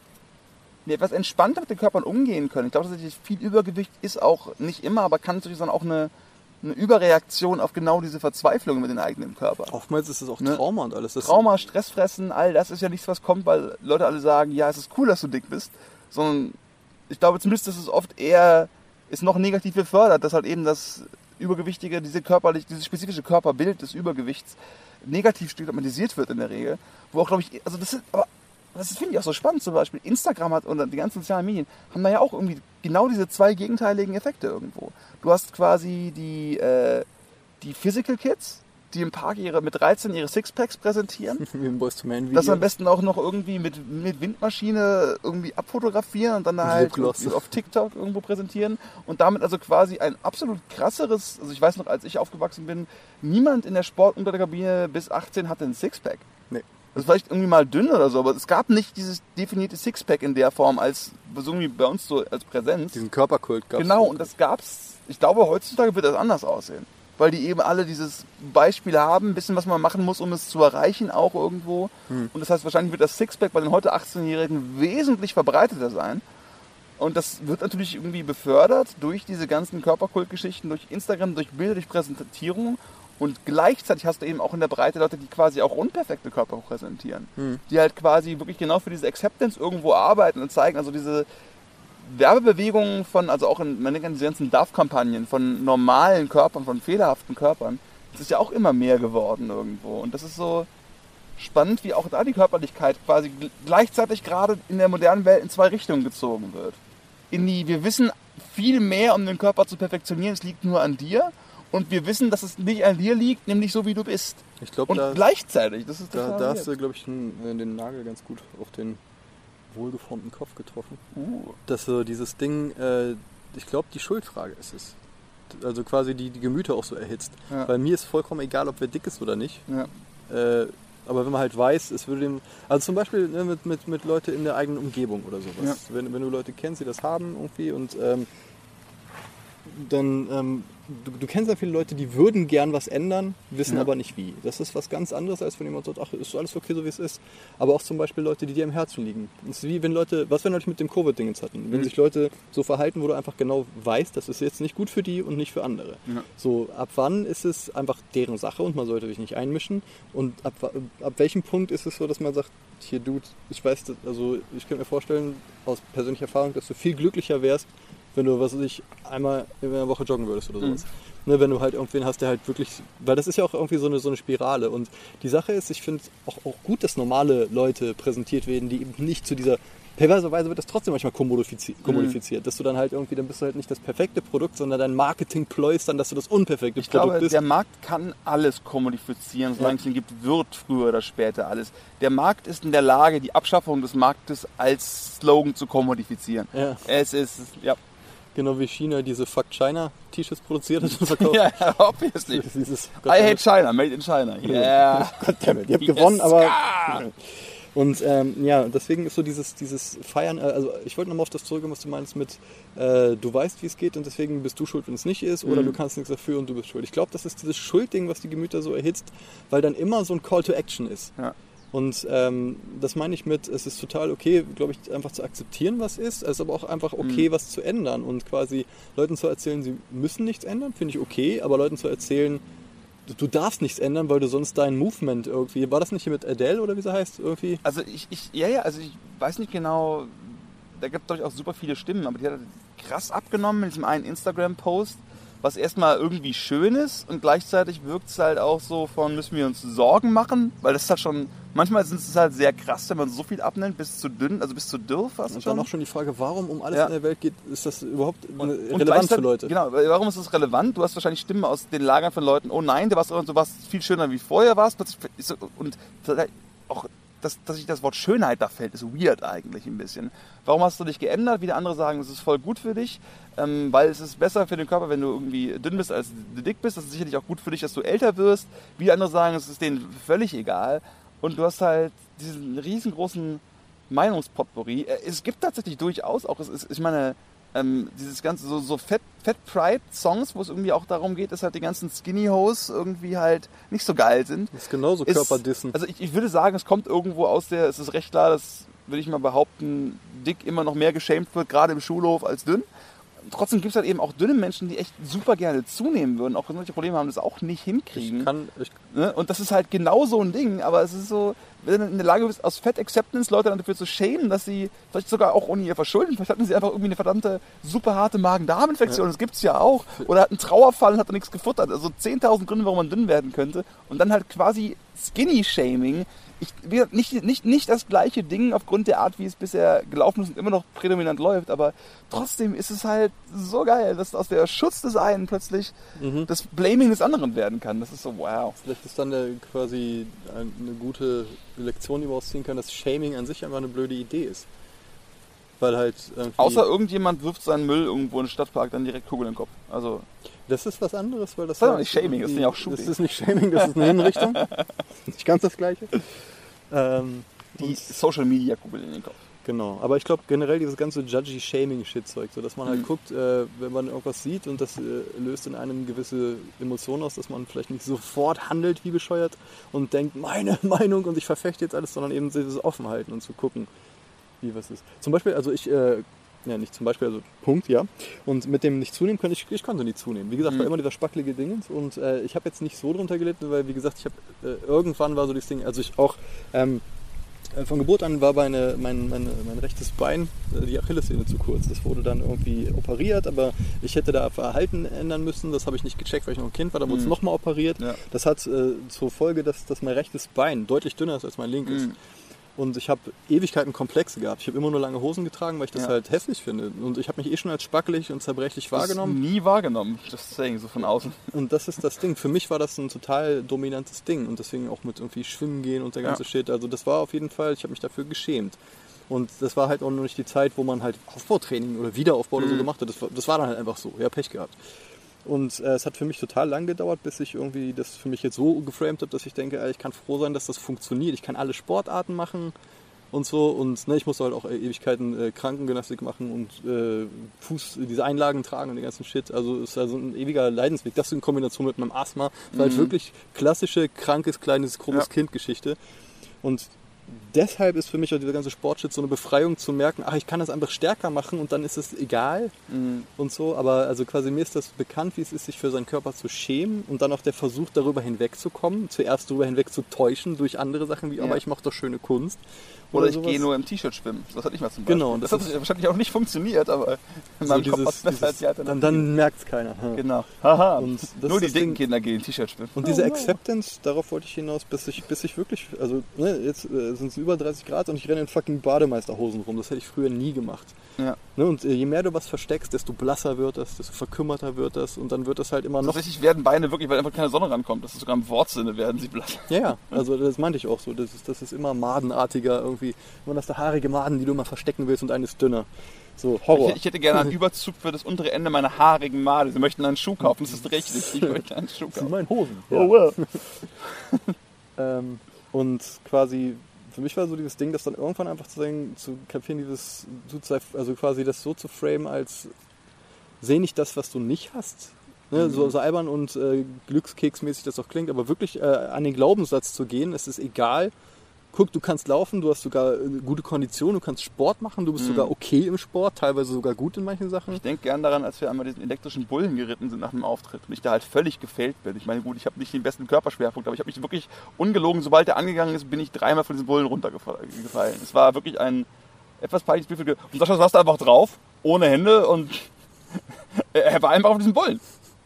wir etwas entspannter mit den Körpern umgehen können, ich glaube tatsächlich, viel Übergewicht ist auch nicht immer, aber kann natürlich dann auch eine eine Überreaktion auf genau diese Verzweiflung mit dem eigenen Körper. Oftmals ist es auch Trauma und alles. Das Trauma, Stressfressen, all das ist ja nichts, was kommt, weil Leute alle sagen, ja, es ist cool, dass du dick bist, sondern ich glaube zumindest, dass es oft eher ist noch negativ befördert, dass halt eben das Übergewichtige, diese körperlich, dieses spezifische Körperbild des Übergewichts negativ stigmatisiert wird in der Regel, wo auch, glaube ich, also das ist, aber das finde ich auch so spannend, zum Beispiel Instagram hat und die ganzen sozialen Medien haben da ja auch irgendwie genau diese zwei gegenteiligen Effekte irgendwo. Du hast quasi die, äh, die Physical Kids, die im Park ihre, mit dreizehn ihre Sixpacks präsentieren. Wie im Boys to Man Video. Das am besten auch noch irgendwie mit, mit Windmaschine irgendwie abfotografieren und dann da halt auf TikTok irgendwo präsentieren und damit also quasi ein absolut krasseres, also ich weiß noch, als ich aufgewachsen bin, niemand in der Sportunterkabine bis achtzehn hatte einen Sixpack. Nee. Das war vielleicht irgendwie mal dünn oder so, aber es gab nicht dieses definierte Sixpack in der Form als so irgendwie bei uns so als Präsenz. Diesen Körperkult gab es. Genau, und das gab's. Ich glaube, heutzutage wird das anders aussehen. Weil die eben alle dieses Beispiel haben, ein bisschen was man machen muss, um es zu erreichen, auch irgendwo. Hm. Und das heißt, wahrscheinlich wird das Sixpack bei den heute achtzehnjährigen wesentlich verbreiteter sein. Und das wird natürlich irgendwie befördert durch diese ganzen Körperkultgeschichten, durch Instagram, durch Bilder, durch Präsentierung. Und gleichzeitig hast du eben auch in der Breite Leute, die quasi auch unperfekte Körper präsentieren. Hm. Die halt quasi wirklich genau für diese Acceptance irgendwo arbeiten und zeigen, also diese Werbebewegungen von, also auch in, man denkt an diese ganzen D A F-Kampagnen von normalen Körpern, von fehlerhaften Körpern, das ist ja auch immer mehr geworden irgendwo. Und das ist so spannend, wie auch da die Körperlichkeit quasi gleichzeitig gerade in der modernen Welt in zwei Richtungen gezogen wird. In die, wir wissen viel mehr, um den Körper zu perfektionieren, es liegt nur an dir. Und wir wissen, dass es nicht an dir liegt, nämlich so wie du bist. Ich glaub, und da, gleichzeitig, das ist da, da hast du, glaube ich, den, den Nagel ganz gut auf den wohlgeformten Kopf getroffen. Uh. Dass so dieses Ding, äh, ich glaube, die Schuldfrage ist es. Also quasi die, die Gemüter auch so erhitzt. Ja. Weil mir ist vollkommen egal, ob wer dick ist oder nicht. Ja. Äh, aber wenn man halt weiß, es würde dem, also zum Beispiel ne, mit, mit, mit Leute in der eigenen Umgebung oder sowas. Ja. Wenn, wenn du Leute kennst, die das haben irgendwie und ähm, dann, ähm, du, du kennst ja viele Leute, die würden gern was ändern, wissen ja. aber nicht wie. Das ist was ganz anderes, als wenn jemand sagt, ach, ist alles okay, so wie es ist. Aber auch zum Beispiel Leute, die dir am Herzen liegen. Das ist wie wenn Leute, was wir neulich mit dem Covid-Ding jetzt hatten, wenn mhm. sich Leute so verhalten, wo du einfach genau weißt, das ist jetzt nicht gut für die und nicht für andere. Ja. So, ab wann ist es einfach deren Sache und man sollte sich nicht einmischen und ab, ab welchem Punkt ist es so, dass man sagt, hier Dude, ich weiß, also ich könnte mir vorstellen, aus persönlicher Erfahrung, dass du viel glücklicher wärst, wenn du, was weiß ich, einmal in einer Woche joggen würdest oder sowas. Mhm. Ne, wenn du halt irgendwen hast, der halt wirklich, weil das ist ja auch irgendwie so eine, so eine Spirale und die Sache ist, ich finde auch, auch gut, dass normale Leute präsentiert werden, die eben nicht zu dieser, perverserweise wird das trotzdem manchmal kommodifiziert, kommodifiziert mhm. dass du dann halt irgendwie, dann bist du halt nicht das perfekte Produkt, sondern dein Marketing ployst dann, dass du das unperfekte ich Produkt glaube, bist. Der Markt kann alles kommodifizieren, solange ja. es ihn gibt, wird früher oder später alles. Der Markt ist in der Lage, die Abschaffung des Marktes als Slogan zu kommodifizieren. Ja. Es ist, ja. Genau wie China diese Fuck China T-Shirts produziert hat und verkauft. Ja, ja, obviously. Dieses, I hate China, made in China. Yeah. Goddammit, ihr habt gewonnen, aber... Und ähm, ja, deswegen ist so dieses, dieses Feiern, also ich wollte nochmal auf das zurückkommen, was du meinst mit, äh, du weißt, wie es geht und deswegen bist du schuld, wenn es nicht ist, oder mhm. du kannst nichts dafür und du bist schuld. Ich glaube, das ist dieses Schuldding, was die Gemüter so erhitzt, weil dann immer so ein Call to Action ist. Ja. Und ähm, das meine ich mit, es ist total okay, glaube ich, einfach zu akzeptieren, was ist. Es ist aber auch einfach okay, mhm. was zu ändern. Und quasi Leuten zu erzählen, sie müssen nichts ändern, finde ich okay. Aber Leuten zu erzählen, du, du darfst nichts ändern, weil du sonst dein Movement irgendwie... War das nicht hier mit Adele oder wie sie heißt? Irgendwie? Also ich, ich ja, ja, also ich weiß nicht genau... Da gibt es, glaube ich, auch super viele Stimmen. Aber die hat krass abgenommen mit diesem einen Instagram-Post, was erstmal irgendwie schön ist und gleichzeitig wirkt es halt auch so von, müssen wir uns Sorgen machen, weil das ist halt schon, manchmal ist es halt sehr krass, wenn man so viel abnimmt, bis zu dünn, also bis zu dürr fast und schon. Und dann noch schon die Frage, warum um alles ja. in der Welt geht, ist das überhaupt und, relevant und für Leute? Genau, warum ist das relevant? Du hast wahrscheinlich Stimmen aus den Lagern von Leuten, oh nein, du warst, du warst viel schöner wie vorher warst, und auch Dass, dass sich das Wort Schönheit da fällt, ist weird eigentlich ein bisschen. Warum hast du dich geändert? Wieder andere sagen, es ist voll gut für dich, ähm, weil es ist besser für den Körper, wenn du irgendwie dünn bist, als du dick bist. Das ist sicherlich auch gut für dich, dass du älter wirst. Wieder andere sagen, es ist denen völlig egal. Und du hast halt diesen riesengroßen Meinungspotpourri. Es gibt tatsächlich durchaus auch, es ist, ich meine, ähm, dieses ganze so, so Fat, Fat Pride Songs, wo es irgendwie auch darum geht, dass halt die ganzen Skinny Hoes irgendwie halt nicht so geil sind. Das ist genauso Körperdissen. Also ich, ich würde sagen, es kommt irgendwo aus der, es ist recht klar, dass, würde ich mal behaupten, dick immer noch mehr geschämt wird, gerade im Schulhof, als dünn. Trotzdem gibt es halt eben auch dünne Menschen, die echt super gerne zunehmen würden, auch wenn solche Probleme haben, das auch nicht hinkriegen. Ich kann, ich ne? Und das ist halt genau so ein Ding, aber es ist so, wenn du in der Lage bist, aus Fat Acceptance Leute dann dafür zu schämen, dass sie, vielleicht sogar auch ohne ihr Verschulden, vielleicht hatten sie einfach irgendwie eine verdammte super harte Magen-Darm-Infektion, ja. Das gibt's ja auch, oder hat einen Trauerfall und hat da nichts gefuttert, also zehntausend Gründe, warum man dünn werden könnte und dann halt quasi Skinny-Shaming. Ich, wie gesagt, nicht, nicht, nicht das gleiche Ding aufgrund der Art, wie es bisher gelaufen ist und immer noch prädominant läuft, aber trotzdem ist es halt so geil, dass aus der Schutz des einen plötzlich mhm. das Blaming des anderen werden kann. Das ist so, wow. Vielleicht ist dann äh, quasi eine gute Lektion, die wir ausziehen können, dass Shaming an sich einfach eine blöde Idee ist. Weil halt außer irgendjemand wirft seinen Müll irgendwo in den Stadtpark, dann direkt Kugel in den Kopf. Also das ist was anderes, weil das, das ist nicht Shaming, das ist ja auch Shooting. Das ist nicht Shaming, das ist eine Hinrichtung. Nicht ganz das Gleiche. Ähm, die Social Media Kugel in den Kopf. Genau, aber ich glaube generell dieses ganze judgy Shaming Shit Zeug, so dass man halt mhm. guckt, äh, wenn man irgendwas sieht und das äh, löst in einem gewisse Emotionen aus, dass man vielleicht nicht sofort handelt wie bescheuert und denkt, meine Meinung und ich verfechte jetzt alles, sondern eben dieses offen halten und zu gucken, wie was ist. Zum Beispiel, also ich, äh, ja nicht zum Beispiel, also Punkt, ja. Und mit dem nicht zunehmen können, ich, ich konnte nicht zunehmen. Wie gesagt, mhm. war immer dieser spackelige Dingens und äh, ich habe jetzt nicht so drunter gelitten, weil wie gesagt, ich habe äh, irgendwann war so dieses Ding, also ich auch ähm, von Geburt an war meine, mein, meine, mein rechtes Bein, äh, die Achillessehne zu kurz. Das wurde dann irgendwie operiert, aber ich hätte da Verhalten ändern müssen. Das habe ich nicht gecheckt, weil ich noch ein Kind war. Da wurde es mhm. nochmal operiert. Ja. Das hat äh, zur Folge, dass, dass mein rechtes Bein deutlich dünner ist als mein linkes. Mhm. Und ich habe Ewigkeiten Komplexe gehabt. Ich habe immer nur lange Hosen getragen, weil ich das ja. halt hässlich finde. Und ich habe mich eh schon als spackelig und zerbrechlich das wahrgenommen. Nie wahrgenommen, das saying, so von außen. Und das ist das Ding. Für mich war das ein total dominantes Ding. Und deswegen auch mit irgendwie Schwimmen gehen und der ganze ja. Shit. Also das war auf jeden Fall, ich habe mich dafür geschämt. Und das war halt auch noch nicht die Zeit, wo man halt Aufbautraining oder Wiederaufbau mhm. oder so gemacht hat. Das war, das war dann halt einfach so. Ja, Pech gehabt. Und äh, es hat für mich total lang gedauert, bis ich irgendwie das für mich jetzt so geframed habe, dass ich denke, ey, ich kann froh sein, dass das funktioniert. Ich kann alle Sportarten machen und so. Und ne, ich musste halt auch äh, Ewigkeiten äh, Krankengymnastik machen und äh, Fuß, diese Einlagen tragen und den ganzen Shit. Also es ist also ein ewiger Leidensweg. Das in Kombination mit meinem Asthma. Das war mhm. halt wirklich klassische, krankes, kleines, krummes ja. Kind-Geschichte. Und deshalb ist für mich auch dieser ganze Sportshit so eine Befreiung zu merken, ach, ich kann das einfach stärker machen und dann ist es egal mhm. und so. Aber also quasi mir ist das bekannt, wie es ist, sich für seinen Körper zu schämen und dann auch der Versuch, darüber hinwegzukommen, zuerst darüber hinweg zu täuschen durch andere Sachen wie, ja. aber ich mache doch schöne Kunst. Oder, Oder ich gehe nur im T-Shirt schwimmen. Das hatte ich mal zum Beispiel. Genau. Das, das hat wahrscheinlich auch nicht funktioniert, aber in meinem so Kopf war es besser als die Alternative. Dann, dann merkt es keiner. Ja. Genau. Haha. Und nur die dicken Kinder gehen im T-Shirt schwimmen. Und diese oh, Acceptance, wow. darauf wollte ich hinaus, bis ich, bis ich wirklich, also ne, jetzt äh, sind es über dreißig Grad und ich renne in fucking Bademeisterhosen rum. Das hätte ich früher nie gemacht. Ja. Ne, und äh, je mehr du was versteckst, desto blasser wird das, desto verkümmerter wird das und dann wird das halt immer noch... Tatsächlich werden Beine wirklich, weil einfach keine Sonne rankommt. Das ist sogar im Wortsinne, werden sie blass. Ja, ja, also das meinte ich auch so. Das ist, das ist immer madenartiger irgendwie. Wenn das der haarige Maden, die du immer verstecken willst und eine ist dünner. So, Horror. Ich, ich hätte gerne einen Überzug für das untere Ende meiner haarigen Made. Sie möchten einen Schuh kaufen, das ist richtig. Ich möchte einen Schuh kaufen. Sie meinen Hosen. Ja. Oh, well. ähm, und quasi, für mich war so dieses Ding, das dann irgendwann einfach zu sagen, zu kapieren, dieses, also quasi das so zu framen als, seh nicht das, was du nicht hast. Ne, so, so albern und äh, glückskeksmäßig das auch klingt, aber wirklich äh, an den Glaubenssatz zu gehen, es ist egal. Guck, du kannst laufen, du hast sogar eine gute Kondition, du kannst Sport machen, du bist mhm. sogar okay im Sport, teilweise sogar gut in manchen Sachen. Ich denke gern daran, als wir einmal diesen elektrischen Bullen geritten sind nach dem Auftritt und ich da halt völlig gefailt bin. Ich meine, gut, ich habe nicht den besten Körperschwerpunkt, aber ich habe mich wirklich ungelogen, sobald der angegangen ist, bin ich dreimal von diesen Bullen runtergefallen. Es war wirklich ein etwas peinliches Bild. Und Sascha saß da einfach drauf, ohne Hände und er war einfach auf diesen Bullen.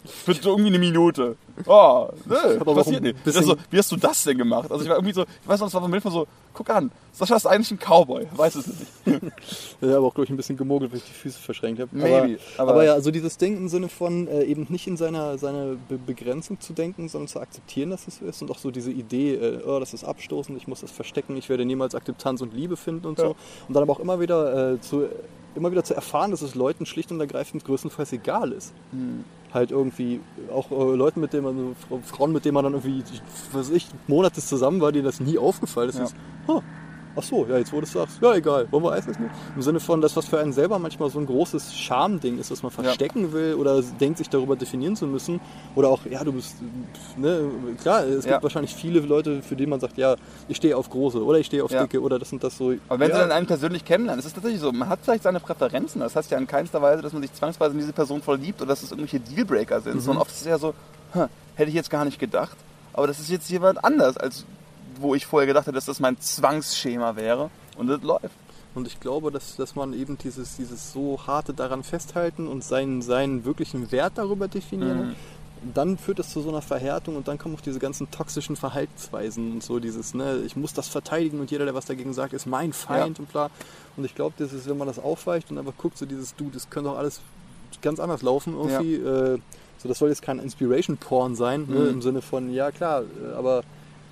Für irgendwie eine Minute. Oh, ne, aber passiert nicht. Also, wie hast du das denn gemacht? Also ich war irgendwie so, ich weiß noch, es war von mir so, guck an, Sascha ist eigentlich ein Cowboy, weiß es nicht. Ja, aber auch, glaube ich, ein bisschen gemogelt, weil ich die Füße verschränkt habe. Maybe. Aber, aber, aber ja, also dieses Denken im Sinne von äh, eben nicht in seiner, seiner Be- Begrenzung zu denken, sondern zu akzeptieren, dass es so ist und auch so diese Idee, äh, oh, das ist abstoßend, ich muss das verstecken, ich werde niemals Akzeptanz und Liebe finden und ja. so. Und dann aber auch immer wieder äh, zu... immer wieder zu erfahren, dass es Leuten schlicht und ergreifend größtenteils egal ist. Hm. Halt irgendwie, auch äh, Leuten, mit denen man, so, Frauen, mit denen man dann irgendwie, was weiß ich, Monate zusammen war, denen das nie aufgefallen ist. Ja. ist huh, ach so, ja, jetzt wo du es sagst, ja egal, wollen wir Eis essen? Im Sinne von, das, was für einen selber manchmal so ein großes Schamding ist, was man verstecken ja. will oder denkt, sich darüber definieren zu müssen. Oder auch, ja, du bist, ne, klar, es ja. gibt wahrscheinlich viele Leute, für die man sagt, ja, ich stehe auf Große oder ich stehe auf ja. Dicke oder das und das so. Aber wenn ja. sie dann einen persönlich kennenlernen, es ist tatsächlich so, man hat vielleicht seine Präferenzen, das heißt ja in keinster Weise, dass man sich zwangsweise in diese Person verliebt oder dass es irgendwelche Dealbreaker sind, mhm. sondern oft ist es ja so, hm, hätte ich jetzt gar nicht gedacht, aber das ist jetzt jemand anders, als wo ich vorher gedacht hätte, dass das mein Zwangsschema wäre und das läuft. Und ich glaube, dass, dass man eben dieses, dieses so harte daran festhalten und seinen, seinen wirklichen Wert darüber definieren, mhm. dann führt das zu so einer Verhärtung und dann kommen auch diese ganzen toxischen Verhaltensweisen und so dieses, ne, ich muss das verteidigen und jeder, der was dagegen sagt, ist mein Feind ja. und bla. Und ich glaube, das ist, wenn man das aufweicht und einfach guckt, so dieses, du, das könnte doch alles ganz anders laufen irgendwie. Ja. Äh, so, das soll jetzt kein Inspiration-Porn sein, mhm. ne, im Sinne von, ja klar, aber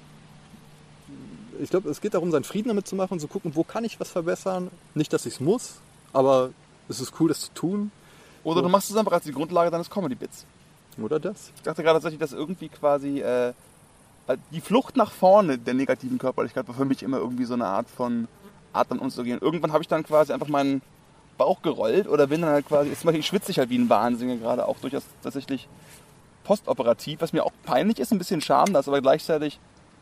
ich glaube, es geht darum, seinen Frieden damit zu machen und zu gucken, wo kann ich was verbessern. Nicht, dass ich es muss, aber es ist cool, das zu tun. Oder so. Du machst es einfach als die Grundlage deines Comedy-Bits. Oder das. Ich dachte gerade tatsächlich, dass irgendwie quasi äh, die Flucht nach vorne der negativen Körperlichkeit war für mich immer irgendwie so eine Art von Art, dann umzugehen. Irgendwann habe ich dann quasi einfach meinen Bauch gerollt oder bin dann halt quasi, jetzt ich schwitze ich halt wie ein Wahnsinniger gerade, auch durchaus tatsächlich postoperativ, was mir auch peinlich ist, ein bisschen Scham, das aber gleichzeitig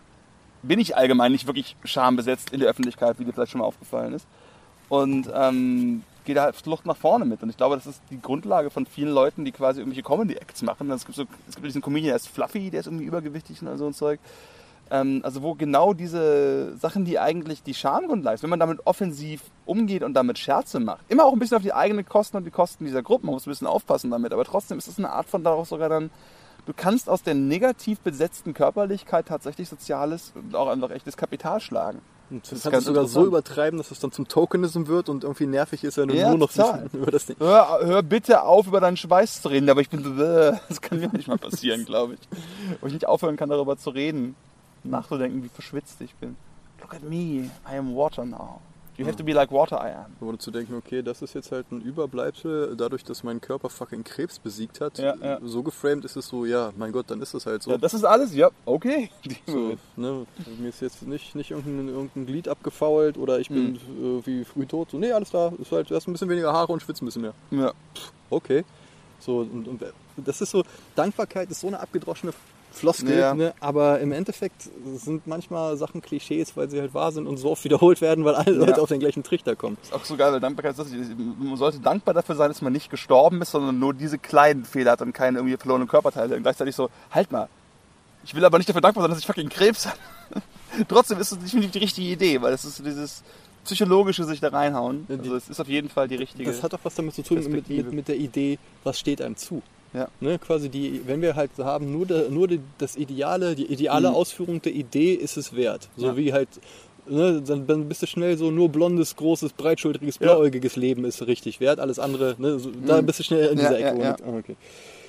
bin ich allgemein nicht wirklich schambesetzt in der Öffentlichkeit, wie dir vielleicht schon mal aufgefallen ist. Und ähm, gehe da halt Flucht nach vorne mit. Und ich glaube, das ist die Grundlage von vielen Leuten, die quasi irgendwelche Comedy-Acts machen. Es gibt, so, es gibt diesen Comedian, der ist Fluffy, der ist irgendwie übergewichtig und so ein Zeug. Ähm, also wo genau diese Sachen, die eigentlich die Schamgrundlage ist, wenn man damit offensiv umgeht und damit Scherze macht, immer auch ein bisschen auf die eigenen Kosten und die Kosten dieser Gruppe, man muss ein bisschen aufpassen damit, aber trotzdem ist es eine Art von daraus sogar dann, du kannst aus der negativ besetzten Körperlichkeit tatsächlich soziales und auch einfach echtes Kapital schlagen. Und das, das kannst du sogar so übertreiben, dass es dann zum Tokenism wird und irgendwie nervig ist, wenn du ja, nur noch über das Ding. Hör, hör bitte auf, über deinen Schweiß zu reden, aber ich bin so, das kann mir nicht mal passieren, glaube ich. Wo ich nicht aufhören kann, darüber zu reden, nachzudenken, wie verschwitzt ich bin. Look at me, I am water now. You have to be like water I am. Oder zu denken, okay, das ist jetzt halt ein Überbleibsel, dadurch, dass mein Körper fucking Krebs besiegt hat. Ja, ja. So geframed ist es so, ja, mein Gott, dann ist es halt so. Ja, das ist alles, ja, okay. So, ne, mir ist jetzt nicht, nicht irgendein, irgendein Glied abgefault oder ich bin mhm. äh, wie früh tot. So, nee, alles klar, ist halt, du hast ein bisschen weniger Haare und schwitzt ein bisschen mehr. Ja. Okay. So, und, und das ist so, Dankbarkeit ist so eine abgedroschene Floskel, ja. ne? Aber im Endeffekt sind manchmal Sachen Klischees, weil sie halt wahr sind und so oft wiederholt werden, weil alle ja. Leute auf den gleichen Trichter kommen. Das ist auch so geil, weil Dankbarkeit ist, man sollte dankbar dafür sein, dass man nicht gestorben ist, sondern nur diese kleinen Fehler hat und keine irgendwie verlorenen Körperteile. Und gleichzeitig so, halt mal, ich will aber nicht dafür dankbar sein, dass ich fucking Krebs habe. Trotzdem ist es nicht die richtige Idee, weil es ist dieses psychologische sich da reinhauen. Also es ist auf jeden Fall die richtige. Das hat auch was damit zu tun mit, mit, mit der Idee, was steht einem zu. Ja. Ne, quasi die, wenn wir halt haben, nur, de, nur die, das Ideale, die ideale mhm. Ausführung der Idee ist es wert. So ja. wie halt, ne, dann bist du schnell so, nur blondes, großes, breitschultriges, blauäugiges ja. Leben ist richtig wert. Alles andere, ne, so, mhm. da bist du schnell in dieser ja, Ecke. Ja, ja. Und, okay.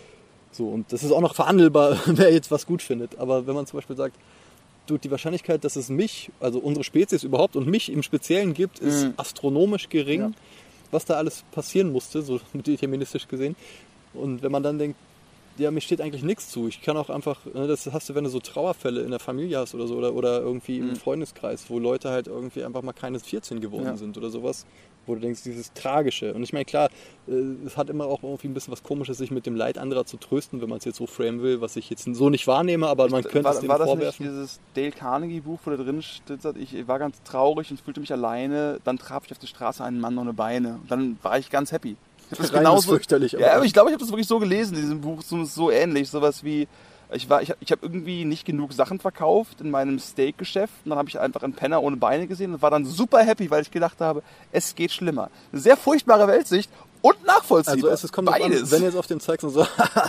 So, und das ist auch noch verhandelbar, wer jetzt was gut findet. Aber wenn man zum Beispiel sagt, du, die Wahrscheinlichkeit, dass es mich, also unsere Spezies überhaupt und mich im Speziellen gibt, ist mhm. astronomisch gering. Ja. Was da alles passieren musste, so deterministisch gesehen. Und wenn man dann denkt, ja, mir steht eigentlich nichts zu. Ich kann auch einfach, ne, das hast du, wenn du so Trauerfälle in der Familie hast oder so, oder, oder irgendwie mhm. im Freundeskreis, wo Leute halt irgendwie einfach mal keine vierzehn geworden ja. sind oder sowas, wo du denkst, dieses Tragische. Und ich meine, klar, es hat immer auch irgendwie ein bisschen was Komisches, sich mit dem Leid anderer zu trösten, wenn man es jetzt so framen will, was ich jetzt so nicht wahrnehme, aber man könnte war, es dem war das vorwerfen. Nicht dieses Dale Carnegie-Buch, wo da drin steht, ich war ganz traurig und fühlte mich alleine, dann traf ich auf der Straße einen Mann ohne Beine. Und dann war ich ganz happy. Das ist genauso fürchterlich. Aber ja, aber ich glaube, ich habe das wirklich so gelesen in diesem Buch, so, so ähnlich, sowas wie ich war, ich, ich habe irgendwie nicht genug Sachen verkauft in meinem Steakgeschäft und dann habe ich einfach einen Penner ohne Beine gesehen und war dann super happy, weil ich gedacht habe, es geht schlimmer. Eine sehr furchtbare Weltsicht und nachvollziehbar. Also es, es kommt beides. An, wenn ihr jetzt auf dem zeigst und so,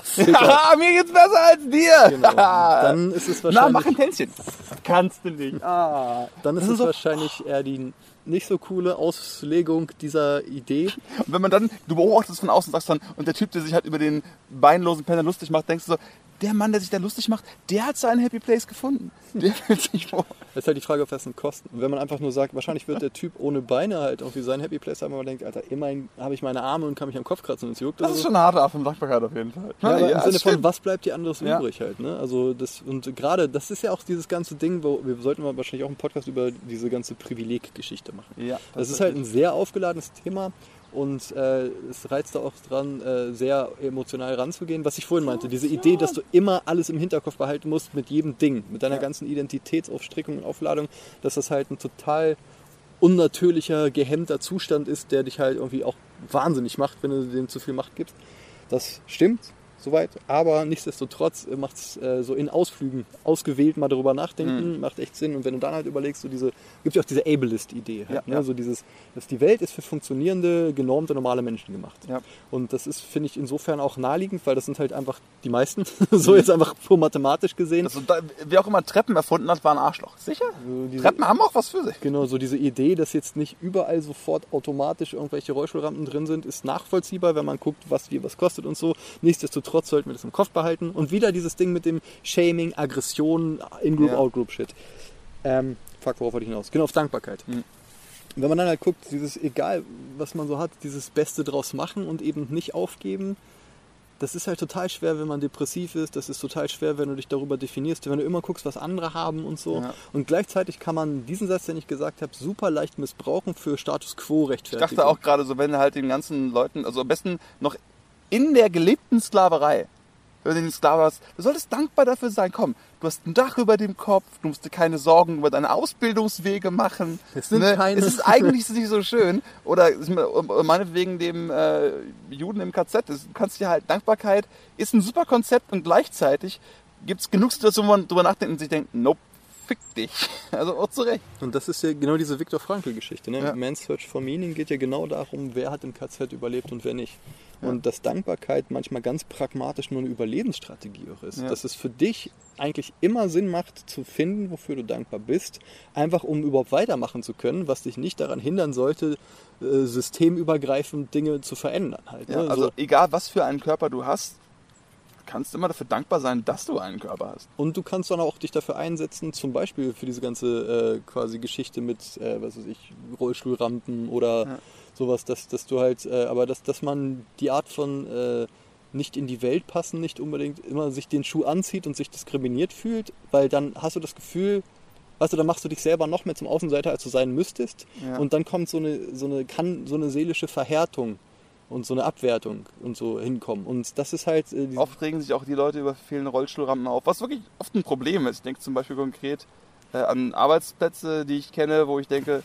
ja, mir geht's besser als dir. Genau. Dann ist es wahrscheinlich... Na, mach ein Tänzchen. Kannst du nicht. Ah. Dann ist es so wahrscheinlich eher die nicht so coole Auslegung dieser Idee. Und wenn man dann, du beobachtest von außen und sagst dann, und der Typ, der sich halt über den beinlosen Penner lustig macht, denkst du so, der Mann, der sich da lustig macht, der hat seinen Happy Place gefunden. Der fühlt sich vor. Das ist halt die Frage, auf wessen Kosten. Und wenn man einfach nur sagt, wahrscheinlich wird der Typ ohne Beine halt irgendwie seinen Happy Place haben, aber man denkt, Alter, immerhin habe ich meine Arme und kann mich am Kopf kratzen und es juckt. Das ist schon eine harte Art von Dankbarkeit auf jeden Fall. Ja, aber ja, im Sinne stimmt. von, was bleibt dir anderes ja. übrig halt, ne? Also das, und gerade, das ist ja auch dieses ganze Ding, wo wir sollten mal wahrscheinlich auch einen Podcast über diese ganze Privileggeschichte machen. Ja, das ist halt ein sehr aufgeladenes Thema. Und äh, es reizt da auch dran, äh, sehr emotional ranzugehen. Was ich vorhin meinte, diese Idee, dass du immer alles im Hinterkopf behalten musst mit jedem Ding, mit deiner ja. ganzen Identitätsaufstrickung und Aufladung, dass das halt ein total unnatürlicher, gehemmter Zustand ist, der dich halt irgendwie auch wahnsinnig macht, wenn du dem zu viel Macht gibst. Das stimmt soweit, aber nichtsdestotrotz macht es äh, so in Ausflügen ausgewählt mal darüber nachdenken, mhm. macht echt Sinn. Und wenn du dann halt überlegst, so diese, gibt ja auch diese Ableist-Idee, halt, ja, ne? ja. so dieses, dass die Welt ist für funktionierende, genormte, normale Menschen gemacht. Ja. Und das ist, finde ich, insofern auch naheliegend, weil das sind halt einfach die meisten, so jetzt einfach pur mathematisch gesehen. Also, da, wer auch immer Treppen erfunden hat, war ein Arschloch. Sicher? Also diese, Treppen haben auch was für sich. Genau, so diese Idee, dass jetzt nicht überall sofort automatisch irgendwelche Rollstuhlrampen drin sind, ist nachvollziehbar, wenn man guckt, was wie was kostet und so. Nichtsdestotrotz Trotz sollten wir das im Kopf behalten. Und wieder dieses Ding mit dem Shaming, Aggression, In-Group, ja. Out-Group-Shit. Ähm, fuck, worauf wollte ich hinaus? Genau, auf Dankbarkeit. Mhm. Wenn man dann halt guckt, dieses, egal was man so hat, dieses Beste draus machen und eben nicht aufgeben, das ist halt total schwer, wenn man depressiv ist. Das ist total schwer, wenn du dich darüber definierst, wenn du immer guckst, was andere haben und so. Ja. Und gleichzeitig kann man diesen Satz, den ich gesagt habe, super leicht missbrauchen für Status Quo rechtfertigen. Ich dachte auch gerade so, wenn halt den ganzen Leuten, also am besten noch in der gelebten Sklaverei, wenn du den Sklaven hast, du solltest dankbar dafür sein, komm, du hast ein Dach über dem Kopf, du musst dir keine Sorgen über deine Ausbildungswege machen. Es, sind ne? keine. Es ist eigentlich nicht so schön. Oder meinetwegen dem äh, Juden im K Z, du kannst dir halt, Dankbarkeit ist ein super Konzept und gleichzeitig gibt es genug Situationen, wo man drüber nachdenkt und sich denkt, nope, fick dich. Also auch zu Recht. Und das ist ja genau diese Viktor Frankl-Geschichte. Ne? Ja. Man's Search for Meaning geht ja genau darum, wer hat im K Z überlebt und wer nicht. Und dass Dankbarkeit manchmal ganz pragmatisch nur eine Überlebensstrategie auch ist. Ja. Dass es für dich eigentlich immer Sinn macht, zu finden, wofür du dankbar bist. Einfach um überhaupt weitermachen zu können, was dich nicht daran hindern sollte, äh, systemübergreifend Dinge zu verändern. Halt, ja, ne? Also so. Egal, was für einen Körper du hast, kannst immer dafür dankbar sein, dass du einen Körper hast. Und du kannst dann auch dich dafür einsetzen, zum Beispiel für diese ganze äh, quasi Geschichte mit, äh, was weiß ich, Rollstuhlrampen oder ja. sowas, dass, dass du halt, äh, aber dass, dass man die Art von äh, nicht in die Welt passen, nicht unbedingt immer sich den Schuh anzieht und sich diskriminiert fühlt, weil dann hast du das Gefühl, weißt du, dann machst du dich selber noch mehr zum Außenseiter, als du sein müsstest. Ja. Und dann kommt so eine, so eine, kann so eine seelische Verhärtung und so eine Abwertung und so hinkommen. Und das ist halt... Äh, oft regen sich auch die Leute über fehlende Rollstuhlrampen auf, was wirklich oft ein Problem ist. Ich denke zum Beispiel konkret äh, an Arbeitsplätze, die ich kenne, wo ich denke,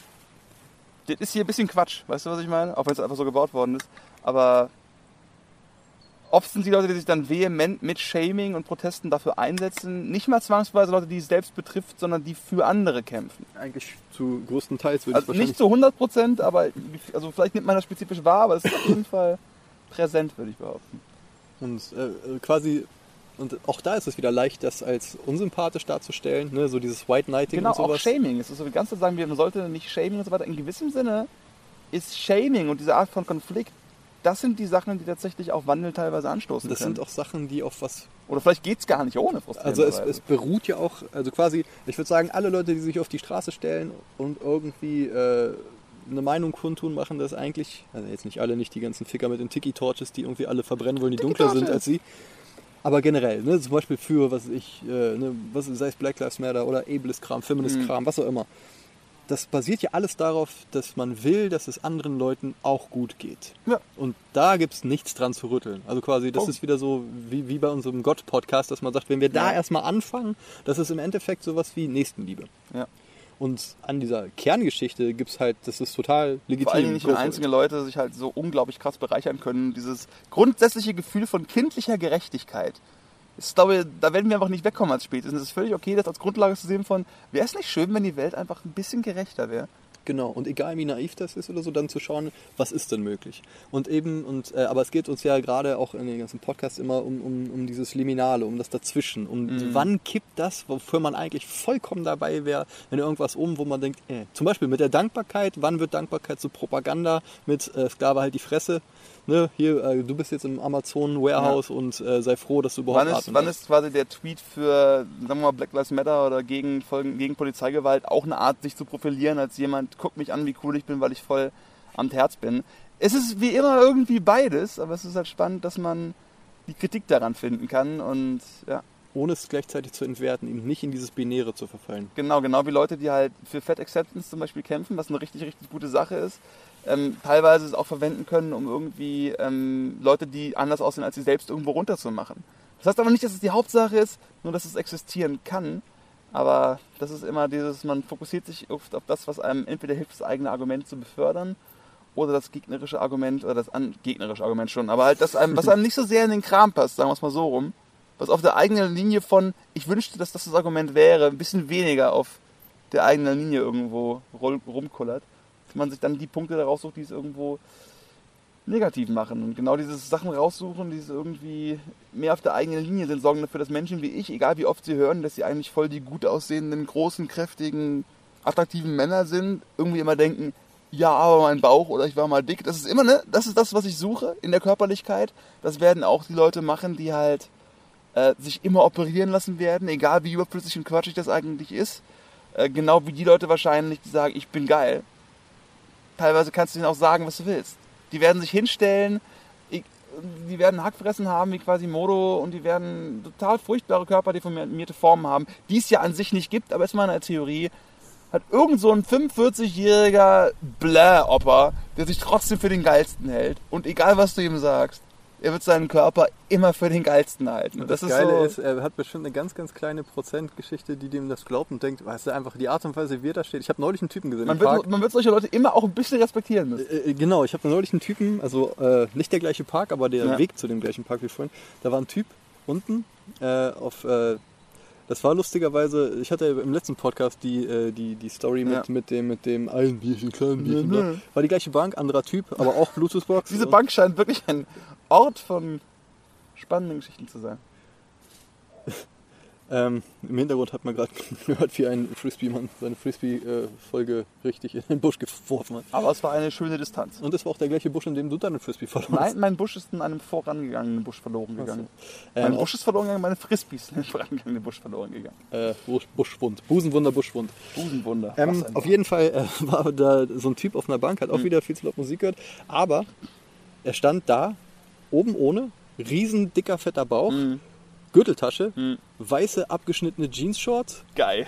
das ist hier ein bisschen Quatsch, weißt du, was ich meine? Auch wenn es einfach so gebaut worden ist. Aber oft sind die Leute, die sich dann vehement mit Shaming und Protesten dafür einsetzen, nicht mal zwangsweise Leute, die es selbst betrifft, sondern die für andere kämpfen. Eigentlich zu größten Teils würde also ich wahrscheinlich... Nicht zu hundert Prozent, aber also vielleicht nimmt man das spezifisch wahr, aber es ist auf jeden Fall präsent, würde ich behaupten. Und äh, quasi... Und auch da ist es wieder leicht, das als unsympathisch darzustellen, ne? So dieses White Knighting genau, und sowas. Genau, auch Shaming. Es ist so die ganze Zeit sagen wir, man sollte nicht Shaming und so weiter. In gewissem Sinne ist Shaming und diese Art von Konflikt, das sind die Sachen, die tatsächlich auch Wandel teilweise anstoßen das können. Das sind auch Sachen, die auf was... Oder vielleicht geht es gar nicht ohne Also es, es beruht ja auch, also quasi, ich würde sagen, alle Leute, die sich auf die Straße stellen und irgendwie äh, eine Meinung kundtun, machen das eigentlich, also jetzt nicht alle, nicht die ganzen Ficker mit den Tiki-Torches, die irgendwie alle verbrennen wollen, die dunkler sind als sie. Aber generell, ne, zum Beispiel für, was ich, äh, ne, was, sei es Black Lives Matter oder Ableist-Kram, Feminist-Kram, mhm. was auch immer. Das basiert ja alles darauf, dass man will, dass es anderen Leuten auch gut geht. Ja. Und da gibt es nichts dran zu rütteln. Also quasi, das oh. ist wieder so wie, wie bei unserem Gott-Podcast, dass man sagt, wenn wir da ja. erstmal anfangen, das ist im Endeffekt sowas wie Nächstenliebe. Ja. Und an dieser Kerngeschichte gibt es halt, das ist total legitim. Vor allem nicht nur einzelne Leute sich halt so unglaublich krass bereichern können. Dieses grundsätzliche Gefühl von kindlicher Gerechtigkeit. Ich glaube, da werden wir einfach nicht wegkommen als spätestens. Es ist völlig okay, das als Grundlage zu sehen von, wäre es nicht schön, wenn die Welt einfach ein bisschen gerechter wäre? Genau, und egal wie naiv das ist oder so, dann zu schauen, was ist denn möglich. Und eben, und äh, aber es geht uns ja gerade auch in den ganzen Podcasts immer um, um, um dieses Liminale, um das Dazwischen. Um Mhm. wann kippt das, wofür man eigentlich vollkommen dabei wäre, wenn irgendwas um, wo man denkt, äh, zum Beispiel mit der Dankbarkeit, wann wird Dankbarkeit zu Propaganda, mit äh, Sklave halt die Fresse, ne, hier, äh, du bist jetzt im Amazon Warehouse ja. und äh, sei froh, dass du überhaupt wann ist, wann ist quasi der Tweet für, sagen wir mal, Black Lives Matter oder gegen, gegen Polizeigewalt auch eine Art, sich zu profilieren als jemand, guck mich an, wie cool ich bin, weil ich voll am Herz bin. Es ist wie immer irgendwie beides, aber es ist halt spannend, dass man die Kritik daran finden kann und ja. Ohne es gleichzeitig zu entwerten, eben nicht in dieses Binäre zu verfallen. Genau, genau wie Leute, die halt für Fat Acceptance zum Beispiel kämpfen, was eine richtig, richtig gute Sache ist. Ähm, teilweise es auch verwenden können, um irgendwie ähm, Leute, die anders aussehen als sie selbst, irgendwo runterzumachen. Das heißt aber nicht, dass es die Hauptsache ist, nur dass es existieren kann. Aber das ist immer dieses, man fokussiert sich oft auf das, was einem entweder hilft, das eigene Argument zu befördern oder das gegnerische Argument, oder das an, gegnerische Argument schon, aber halt das einem, was einem nicht so sehr in den Kram passt, sagen wir es mal so rum. Was auf der eigenen Linie von, ich wünschte, dass das das Argument wäre, ein bisschen weniger auf der eigenen Linie irgendwo rumkullert. Dass man sich dann die Punkte da raussucht, die es irgendwo negativ machen. Und genau diese Sachen raussuchen, die es irgendwie mehr auf der eigenen Linie sind, sorgen dafür, dass Menschen wie ich, egal wie oft sie hören, dass sie eigentlich voll die gut aussehenden, großen, kräftigen, attraktiven Männer sind, irgendwie immer denken, ja, aber mein Bauch oder ich war mal dick. Das ist immer, ne, das ist das, was ich suche in der Körperlichkeit. Das werden auch die Leute machen, die halt äh, sich immer operieren lassen werden, egal wie überflüssig und quatschig das eigentlich ist. Äh, genau wie die Leute wahrscheinlich, die sagen, ich bin geil. Teilweise kannst du ihnen auch sagen, was du willst. Die werden sich hinstellen, ich, die werden Hackfressen haben wie quasi Modo und die werden total furchtbare körperdeformierte Formen haben, die es ja an sich nicht gibt, aber ist mal eine Theorie. Hat irgend so ein fünfundvierzigjähriger Bläh-Opper, der sich trotzdem für den Geilsten hält. Und egal, was du ihm sagst, er wird seinen Körper immer für den Geilsten halten. Und das, das Geile ist, so ist, er hat bestimmt eine ganz, ganz kleine Prozentgeschichte, die dem das glaubt und denkt, weißt du, einfach die Art und Weise, wie er da steht. Ich habe neulich einen Typen gesehen. Man wird, man wird solche Leute immer auch ein bisschen respektieren müssen. Äh, genau, ich habe neulich einen Typen, also äh, nicht der gleiche Park, aber der ja. Weg zu dem gleichen Park wie vorhin. Da war ein Typ unten äh, auf... Äh, Das war lustigerweise, ich hatte im letzten Podcast die, äh, die, die Story mit, ja. mit dem, mit dem ein Bierchen, kleinen Bierchen. Ja, ne. War die gleiche Bank, anderer Typ, aber auch Bluetooth-Box. Diese Bank scheint wirklich ein Ort von spannenden Geschichten zu sein. ähm, Im Hintergrund hat man gerade gehört, wie ein Frisbee-Mann seine Frisbee-Folge richtig in den Busch geworfen hat. Aber es war eine schöne Distanz. Und es war auch der gleiche Busch, in dem du deinen Frisbee verloren hast. Nein, mein Busch ist in einem vorangegangenen Busch verloren gegangen. So. Mein ähm, Busch ist verloren gegangen, meine Frisbees sind in einem vorangegangenen Busch verloren gegangen. Äh, Buschwund. Busenwunder, Buschwund. Busenwunder. Ähm, auf jeden Fall äh, war da so ein Typ auf einer Bank, hat auch mhm. wieder viel zu laut Musik gehört, aber er stand da, oben ohne, riesen dicker, fetter Bauch, mhm. Gürteltasche, hm. weiße abgeschnittene Jeans-Shorts. Geil.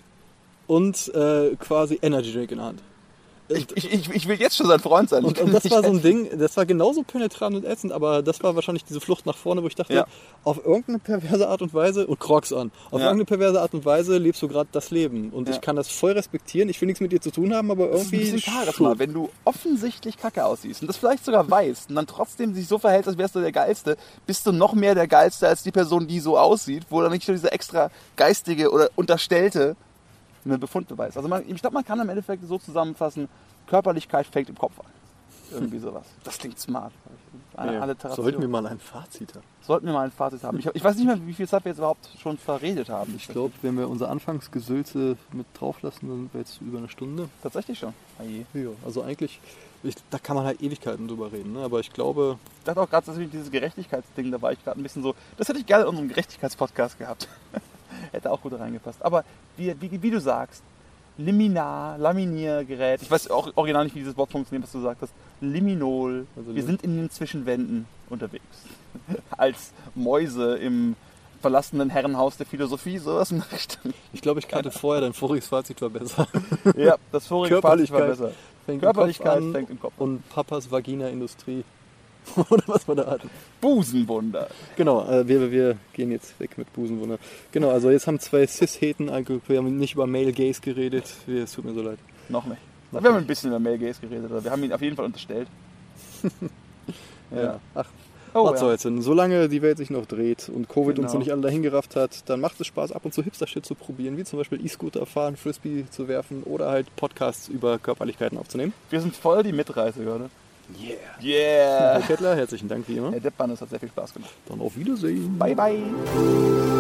Und äh, quasi Energy Drink in der Hand. Ich, ich, ich will jetzt schon sein Freund sein. Und, und das war so ein Ding, das war genauso penetrant und ätzend, aber das war wahrscheinlich diese Flucht nach vorne, wo ich dachte, ja. auf irgendeine perverse Art und Weise, und Crocs an, auf ja. irgendeine perverse Art und Weise lebst du gerade das Leben. Und ja. ich kann das voll respektieren, ich will nichts mit dir zu tun haben, aber irgendwie... Das ist ein bisschen Charisma, wenn du offensichtlich kacke aussiehst und das vielleicht sogar weißt und dann trotzdem sich so verhältst, als wärst du der Geilste, bist du noch mehr der Geilste als die Person, die so aussieht, wo dann nicht nur dieser extra geistige oder unterstellte einen Befundbeweis. Also man, ich glaube, man kann im Endeffekt so zusammenfassen, Körperlichkeit fängt im Kopf an. Irgendwie sowas. Das klingt smart. Eine nee, Alliteration. Sollten wir mal ein Fazit haben. Sollten wir mal ein Fazit haben. Ich, ich weiß nicht mehr, wie viel Zeit wir jetzt überhaupt schon verredet haben. Ich glaube, wenn wir unser Anfangsgesülze mit drauf lassen, dann sind wir jetzt über eine Stunde. Tatsächlich schon. Ja, also eigentlich, ich, da kann man halt Ewigkeiten drüber reden, ne? Aber ich glaube... Ich dachte auch gerade, dass dieses Gerechtigkeitsding, da war ich gerade ein bisschen so, das hätte ich gerne in unserem Gerechtigkeitspodcast gehabt. Hätte auch gut reingepasst. Aber wie, wie, wie du sagst, Liminar, Laminiergerät, ich weiß auch original nicht, wie dieses Wort funktioniert, was du gesagt hast, Liminol, also wir sind in den Zwischenwänden unterwegs. Als Mäuse im verlassenen Herrenhaus der Philosophie, sowas in der Richtung. Ich glaube, ich kannte vorher, dein voriges Fazit war besser. Ja, das vorige Fazit war besser. Fängt Körperlichkeit im fängt im Kopf an. Und Papas Vagina-Industrie. Oder was wir da hatten. Busenwunder. Genau, äh, wir, wir gehen jetzt weg mit Busenwunder. Genau, also jetzt haben zwei Cis-Heten, wir haben nicht über Male Gaze geredet, es tut mir so leid. Noch nicht. Noch wir haben ein bisschen über Male Gaze geredet, oder wir haben ihn auf jeden Fall unterstellt. ja. ja, ach, Oh, Was ja. soll's denn? Solange die Welt sich noch dreht und Covid Genau. uns noch nicht alle dahin gerafft hat, dann macht es Spaß, ab und zu Hipster-Shit zu probieren, wie zum Beispiel E-Scooter fahren, Frisbee zu werfen oder halt Podcasts über Körperlichkeiten aufzunehmen. Wir sind voll die Mitreißer gerade. Yeah. Yeah. Herr Kettler, herzlichen Dank wie immer. Herr Deppmann, es hat sehr viel Spaß gemacht. Dann auf Wiedersehen. Bye, bye.